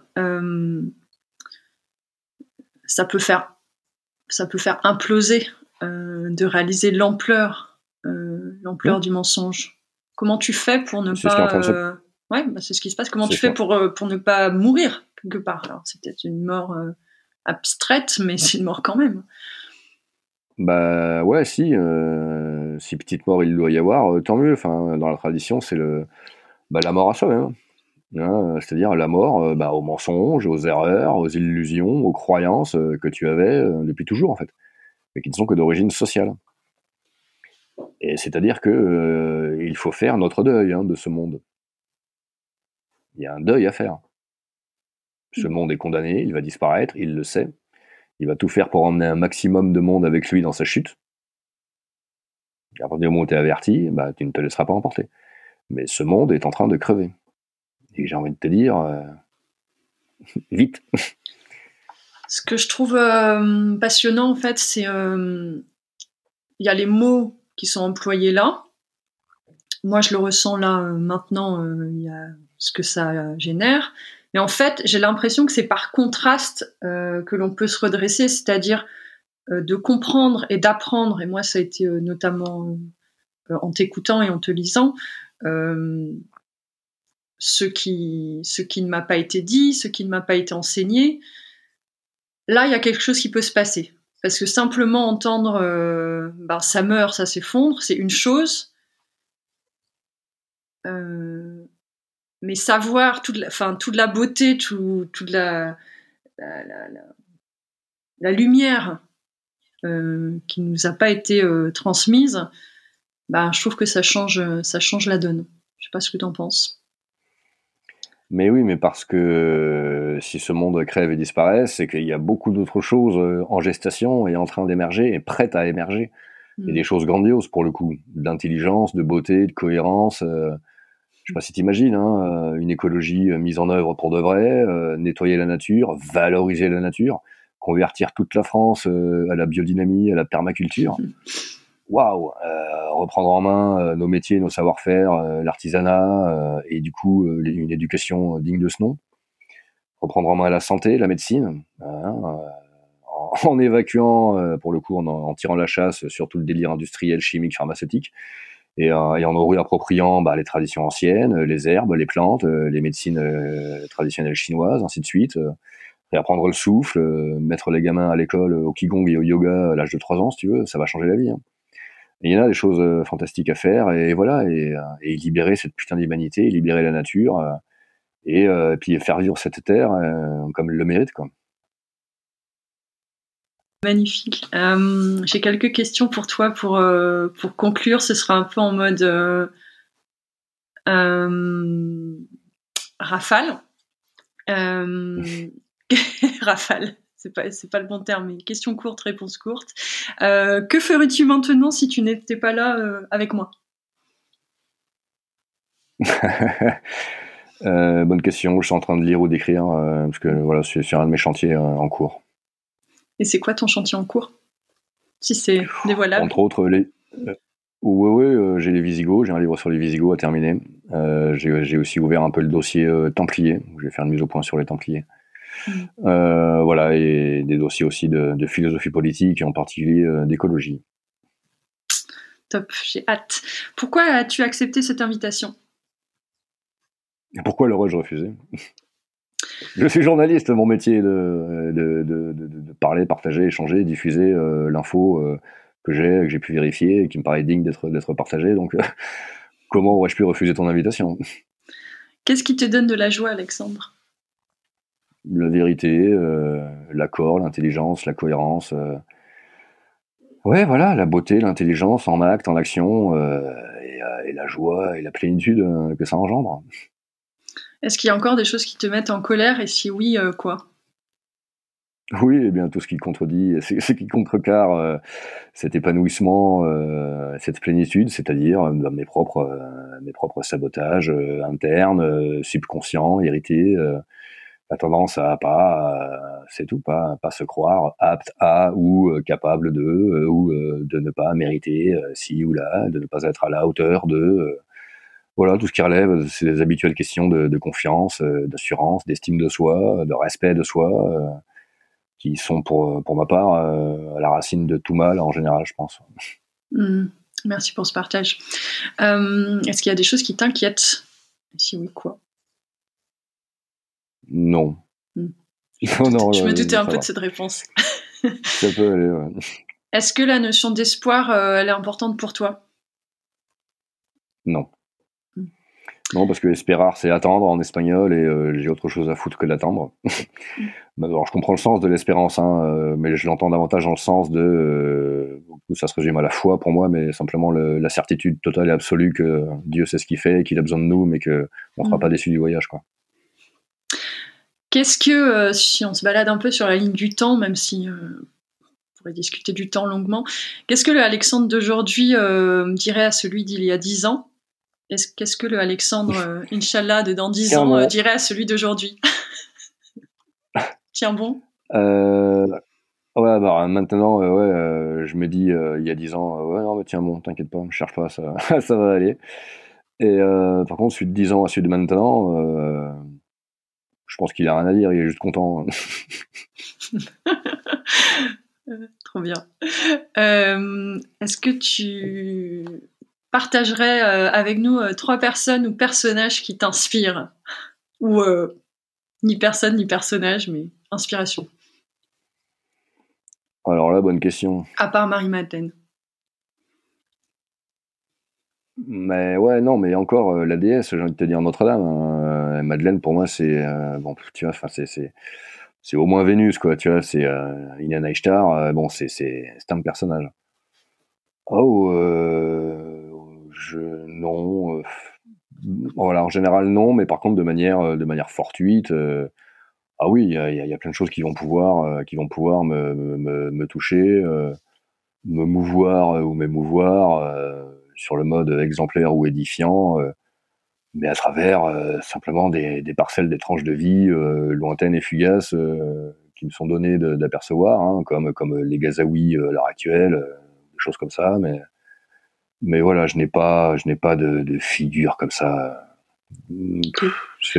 ça peut faire imploser de réaliser l'ampleur du mensonge. Comment tu fais pour ne pas... c'est ce qui se passe. Comment tu fais pour ne pas mourir quelque part ? Alors, c'est peut-être une mort abstraite, mais c'est une mort quand même. Si petite mort il doit y avoir, tant mieux. Enfin, dans la tradition, c'est la mort à soi-même. Hein, c'est-à-dire la mort aux mensonges, aux erreurs, aux illusions, aux croyances que tu avais depuis toujours en fait, mais qui ne sont que d'origine sociale. Et c'est-à-dire que il faut faire notre deuil de ce monde. Il y a un deuil à faire. Ce monde est condamné, il va disparaître, il le sait. Il va tout faire pour emmener un maximum de monde avec lui dans sa chute. À partir du moment où tu es averti, bah, tu ne te laisseras pas emporter. Mais ce monde est en train de crever. Et j'ai envie de te dire, vite. Ce que je trouve passionnant, en fait, c'est il y a les mots qui sont employés là. Moi, je le ressens là maintenant, il y a ce que ça génère. Mais en fait, j'ai l'impression que c'est par contraste que l'on peut se redresser, c'est-à-dire de comprendre et d'apprendre. Et moi, ça a été notamment en t'écoutant et en te lisant. Ce qui ne m'a pas été dit, ce qui ne m'a pas été enseigné. Là, il y a quelque chose qui peut se passer. Parce que simplement entendre ça meurt, ça s'effondre, c'est une chose. Mais savoir toute la beauté, toute la lumière qui nous a pas été transmise, je trouve que ça change la donne. Je sais pas ce que tu en penses. Mais oui, mais parce que si ce monde crève et disparaît, c'est qu'il y a beaucoup d'autres choses en gestation et en train d'émerger et prêtes à émerger. Il y a des choses grandioses pour le coup, d'intelligence, de beauté, de cohérence. Je sais pas si t'imagines, une écologie mise en œuvre pour de vrai, nettoyer la nature, valoriser la nature, convertir toute la France à la biodynamie, à la permaculture. Waouh, reprendre en main nos métiers, nos savoir-faire, l'artisanat et du coup une éducation digne de ce nom. Reprendre en main la santé, la médecine, en évacuant, pour le coup, en tirant la chasse sur tout le délire industriel, chimique, pharmaceutique, et en nous réappropriant les traditions anciennes, les herbes, les plantes, les médecines traditionnelles chinoises, ainsi de suite. Réapprendre le souffle, mettre les gamins à l'école au Qigong et au yoga à l'âge de 3 ans, si tu veux, ça va changer la vie. Et il y en a des choses fantastiques à faire, et voilà, et libérer cette putain d'humanité, libérer la nature, et puis faire vivre cette terre comme elle le mérite, quoi. Magnifique. J'ai quelques questions pour toi pour conclure. Ce sera un peu en mode rafale. Rafale. C'est pas le bon terme, mais question courte, réponse courte. Que ferais-tu maintenant si tu n'étais pas là avec moi? Bonne question. Je suis en train de lire ou d'écrire parce que voilà, c'est sur un de mes chantiers en cours. Et c'est quoi ton chantier en cours, si c'est dévoilable? Entre autres, j'ai les Visigoths, j'ai un livre sur les Visigoths à terminer. J'ai aussi ouvert un peu le dossier Templiers. Je vais faire une mise au point sur les Templiers. Voilà, et des dossiers aussi de philosophie politique et en particulier d'écologie. Top, j'ai hâte. Pourquoi as-tu accepté cette invitation? Et pourquoi l'aurais-je refusé? Je suis journaliste, mon métier est de parler, partager, échanger, diffuser l'info que j'ai pu vérifier et qui me paraît digne d'être partagée. Donc, comment aurais-je pu refuser ton invitation? Qu'est-ce qui te donne de la joie, Alexandre? La vérité, l'accord, l'intelligence, la cohérence. Ouais, voilà, la beauté, l'intelligence en acte, en action, et la joie et la plénitude que ça engendre. Est-ce qu'il y a encore des choses qui te mettent en colère, et si oui, quoi? Oui, eh bien tout ce qui contredit, ce qui contrecarre cet épanouissement, cette plénitude, c'est-à-dire mes propres sabotages internes, subconscients, hérités, la tendance à c'est tout, pas se croire apte à ou capable de ou de ne pas mériter ci ou là, de ne pas être à la hauteur de voilà, tout ce qui relève, c'est les habituelles questions de confiance, d'assurance, d'estime de soi, de respect de soi, qui sont pour ma part à la racine de tout mal en général, je pense. Merci pour ce partage. Est-ce qu'il y a des choses qui t'inquiètent? Si oui, quoi? Non. Je me doutais un peu de cette réponse. Ça peut aller, ouais. Est-ce que la notion d'espoir, elle est importante pour toi? Non. Non, parce que esperar, c'est attendre en espagnol, et j'ai autre chose à foutre que d'attendre. Alors, je comprends le sens de l'espérance, mais je l'entends davantage dans le sens de... ça se résume à la foi pour moi, mais simplement la certitude totale et absolue que Dieu sait ce qu'il fait, et qu'il a besoin de nous, mais qu'on ne sera pas déçu du voyage, quoi. Qu'est-ce que, si on se balade un peu sur la ligne du temps, même si on pourrait discuter du temps longuement, qu'est-ce que le Alexandre d'aujourd'hui dirait à celui d'il y a 10 ans? Qu'est-ce que le Alexandre, Inch'Allah, de dans 10 ans Clairement. dirait à celui d'aujourd'hui? Tiens bon. Ouais, bah, maintenant, je me dis, il y a 10 ans, ouais, non, mais tiens bon, t'inquiète pas, me cherche pas, ça, ça va aller. Et par contre, celui de 10 ans à celui de maintenant, je pense qu'il a rien à dire, il est juste content. Trop bien. Est-ce que tu partagerais avec nous 3 personnes ou personnages qui t'inspirent? Ou ni personne ni personnage, mais inspiration. Alors là, bonne question. À part Marie-Madeleine. Mais ouais, non, mais encore, la déesse, j'ai envie de te dire Notre-Dame, hein. Madeleine, pour moi, c'est, bon, tu vois, enfin, c'est au moins Vénus, quoi, tu vois, c'est Inanna Ishtar, bon, c'est un personnage. Oh, non, voilà, en général, non, mais par contre, de manière fortuite, ah oui, il y a plein de choses qui vont pouvoir me toucher, me mouvoir ou m'émouvoir, sur le mode exemplaire ou édifiant, mais à travers simplement des parcelles, des tranches de vie lointaines et fugaces qui me sont données d'apercevoir, hein, comme les Gazaouis à l'heure actuelle, des choses comme ça, mais voilà, je n'ai pas de figure comme ça. Okay.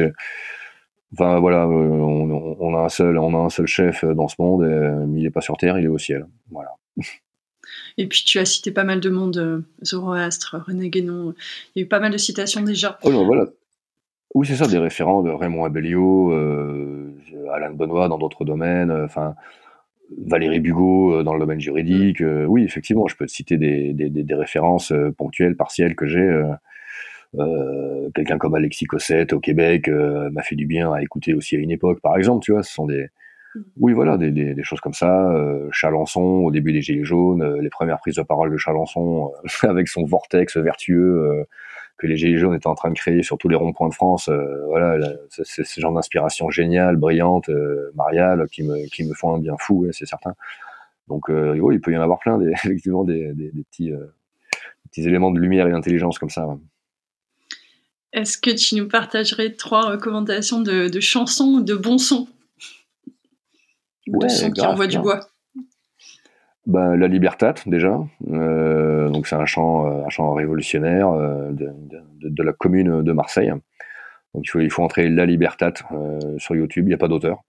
Enfin voilà, on a un seul chef dans ce monde, mais il est pas sur Terre, il est au ciel. Voilà. Et puis tu as cité pas mal de monde, Zoroastre, René Guénon, il y a eu pas mal de citations déjà. Oh non, voilà. Oui, c'est ça, des référents de Raymond Abellio, Alain Benoît dans d'autres domaines, enfin Valérie Bugeaud dans le domaine juridique. Oui, effectivement, je peux te citer des références ponctuelles, partielles que j'ai. Quelqu'un comme Alexis Cossette au Québec m'a fait du bien à écouter aussi à une époque, par exemple, tu vois, ce sont oui, voilà, des choses comme ça. Chalençon, au début des Gilets jaunes, les premières prises de parole de Chalençon, avec son vortex vertueux que les Gilets jaunes étaient en train de créer sur tous les ronds-points de France. Voilà, c'est ce genre d'inspiration géniale, brillante, mariale, qui me font un bien fou, ouais, c'est certain. Donc, oui, il peut y en avoir plein, effectivement, des petits éléments de lumière et d'intelligence comme ça. Ouais. Est-ce que tu nous partagerais 3 recommandations de chansons ou de bons sons? Ou de sons qui envoient du bois? Ben, La Libertat, déjà. Donc c'est un chant révolutionnaire de la commune de Marseille. Donc il faut entrer La Libertat sur YouTube, il n'y a pas d'auteur.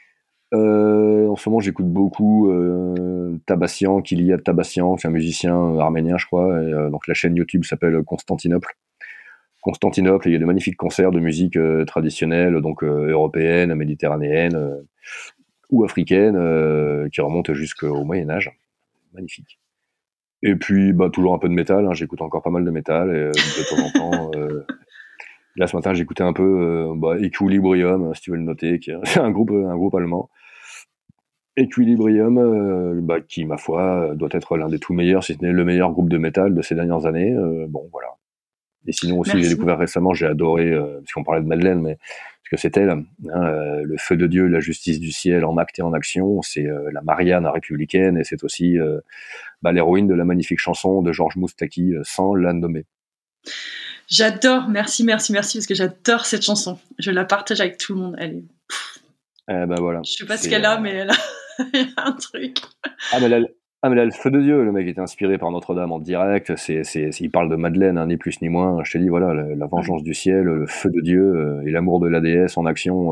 En ce moment, j'écoute beaucoup Tabassian, Kyliad Tabassian, c'est un musicien arménien, je crois. Et, donc la chaîne YouTube s'appelle Constantinople. Constantinople, il y a de magnifiques concerts de musique traditionnelle, donc européenne, méditerranéenne ou africaine, qui remontent jusqu'au Moyen-Âge. Magnifique. Et puis, bah, toujours un peu de métal, hein, j'écoute encore pas mal de métal, et de temps en temps. Là, ce matin, j'écoutais un peu Equilibrium, si tu veux le noter, qui est un groupe allemand. Equilibrium, bah, qui, ma foi, doit être l'un des tout meilleurs, si ce n'est le meilleur groupe de métal de ces dernières années. Bon, voilà. Et sinon aussi, j'ai découvert récemment, j'ai adoré, parce qu'on parlait de Madeleine, mais parce que c'est elle, hein, le feu de Dieu, la justice du ciel en acte et en action, c'est la Marianne républicaine, et c'est aussi l'héroïne de la magnifique chanson de Georges Moustaki, sans la nommer. J'adore, merci, parce que j'adore cette chanson. Je la partage avec tout le monde. Elle est... voilà. Je sais pas ce qu'elle a, mais elle a un truc. Ah mais là, le feu de Dieu, le mec était inspiré par Notre-Dame en direct. Il parle de Madeleine, hein, ni plus ni moins. Je te dis, voilà, la vengeance du ciel, le feu de Dieu et l'amour de la déesse en action.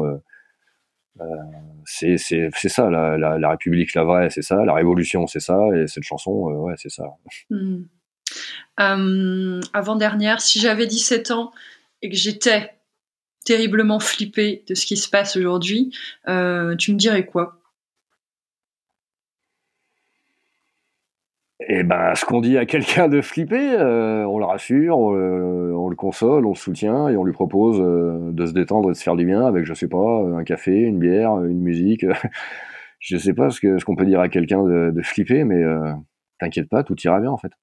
C'est ça, la République, la vraie, c'est ça. La Révolution, c'est ça. Et cette chanson, ouais, c'est ça. Avant-dernière, si j'avais 17 ans et que j'étais terriblement flippée de ce qui se passe aujourd'hui, tu me dirais quoi? Et ben, ce qu'on dit à quelqu'un de flipper, on le rassure, on le console, on le soutient, et on lui propose de se détendre et de se faire du bien avec, je sais pas, un café, une bière, une musique. Je sais pas ce qu'on peut dire à quelqu'un de flipper, mais t'inquiète pas, tout ira bien en fait.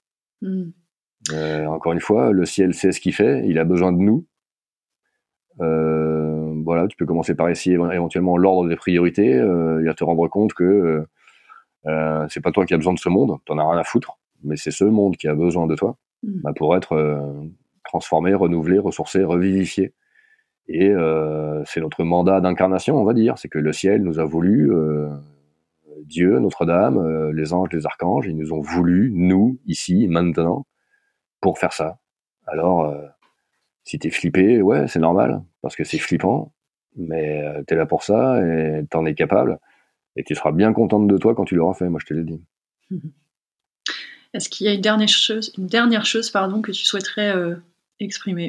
Encore une fois, le ciel sait ce qu'il fait, il a besoin de nous. voilà, tu peux commencer par essayer éventuellement l'ordre des priorités et à te rendre compte que c'est pas toi qui as besoin de ce monde, t'en as rien à foutre, mais c'est ce monde qui a besoin de toi pour être transformé, renouvelé, ressourcé, revivifié. Et c'est notre mandat d'incarnation, on va dire, c'est que le ciel nous a voulu, Dieu, Notre-Dame, les anges, les archanges, ils nous ont voulu, nous, ici, maintenant, pour faire ça. Alors, si t'es flippé, ouais, c'est normal, parce que c'est flippant, mais t'es là pour ça, et t'en es capable, et tu seras bien contente de toi quand tu l'auras fait, moi je te l'ai dit. Est-ce qu'il y a une dernière chose que tu souhaiterais exprimer ?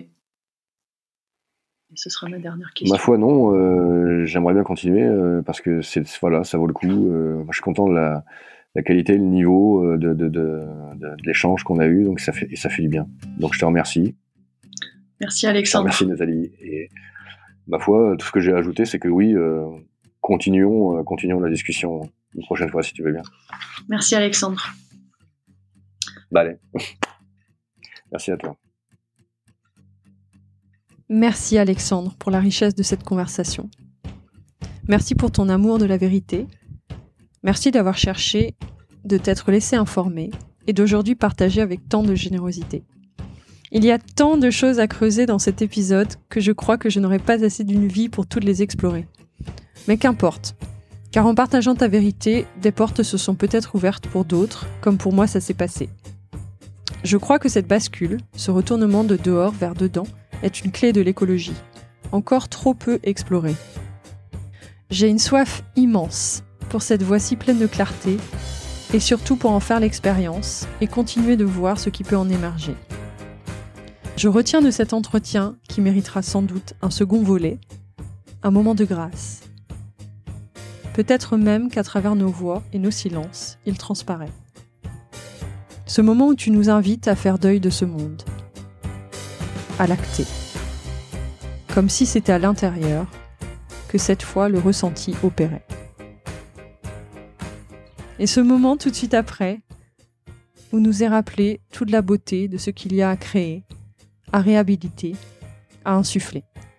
Et ce sera ma dernière question. Ma foi, non, j'aimerais bien continuer, parce que voilà, ça vaut le coup. Moi, je suis content de la qualité, le niveau de l'échange qu'on a eu, donc ça fait du bien. Donc je te remercie. Merci Alexandre. Merci Nathalie. Et ma foi, tout ce que j'ai ajouté, c'est que oui, continuons la discussion une prochaine fois si tu veux bien. Merci Alexandre. Bah allez. Merci à toi. Merci Alexandre pour la richesse de cette conversation. Merci pour ton amour de la vérité. Merci d'avoir cherché de t'être laissé informer et d'aujourd'hui partager avec tant de générosité. Il y a tant de choses à creuser dans cet épisode que je crois que je n'aurai pas assez d'une vie pour toutes les explorer. Mais qu'importe, car en partageant ta vérité, des portes se sont peut-être ouvertes pour d'autres, comme pour moi ça s'est passé. Je crois que cette bascule, ce retournement de dehors vers dedans, est une clé de l'écologie, encore trop peu explorée. J'ai une soif immense pour cette voie si pleine de clarté, et surtout pour en faire l'expérience et continuer de voir ce qui peut en émerger. Je retiens de cet entretien, qui méritera sans doute un second volet, un moment de grâce. Peut-être même qu'à travers nos voix et nos silences, il transparaît. Ce moment où tu nous invites à faire deuil de ce monde, à l'acter. Comme si c'était à l'intérieur que cette fois le ressenti opérait. Et ce moment tout de suite après, où nous est rappelé toute la beauté de ce qu'il y a à créer, à réhabiliter, à insuffler.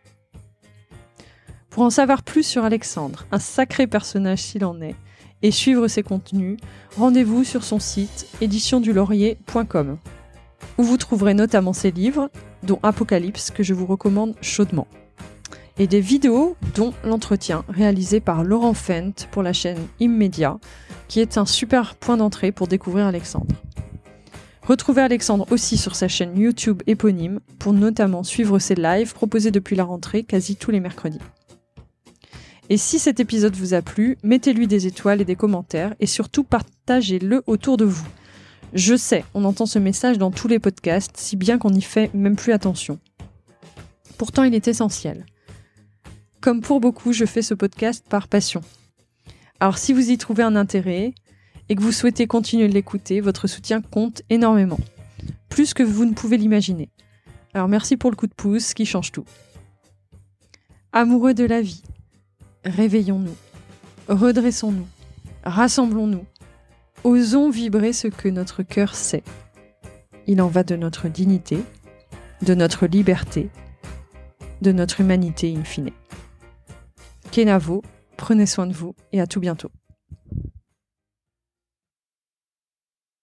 Pour en savoir plus sur Alexandre, un sacré personnage s'il en est, et suivre ses contenus, rendez-vous sur son site éditiondulaurier.com, où vous trouverez notamment ses livres, dont Apocalypse, que je vous recommande chaudement, et des vidéos, dont l'entretien réalisé par Laurent Fent pour la chaîne Immédiat, qui est un super point d'entrée pour découvrir Alexandre. Retrouvez Alexandre aussi sur sa chaîne YouTube éponyme pour notamment suivre ses lives proposés depuis la rentrée quasi tous les mercredis. Et si cet épisode vous a plu, mettez-lui des étoiles et des commentaires et surtout partagez-le autour de vous. Je sais, on entend ce message dans tous les podcasts, si bien qu'on n'y fait même plus attention. Pourtant, il est essentiel. Comme pour beaucoup, je fais ce podcast par passion. Alors si vous y trouvez un intérêt et que vous souhaitez continuer de l'écouter, votre soutien compte énormément. Plus que vous ne pouvez l'imaginer. Alors merci pour le coup de pouce qui change tout. Amoureux de la vie, réveillons-nous, redressons-nous, rassemblons-nous, osons vibrer ce que notre cœur sait. Il en va de notre dignité, de notre liberté, de notre humanité in fine. Kenavo, prenez soin de vous et à tout bientôt.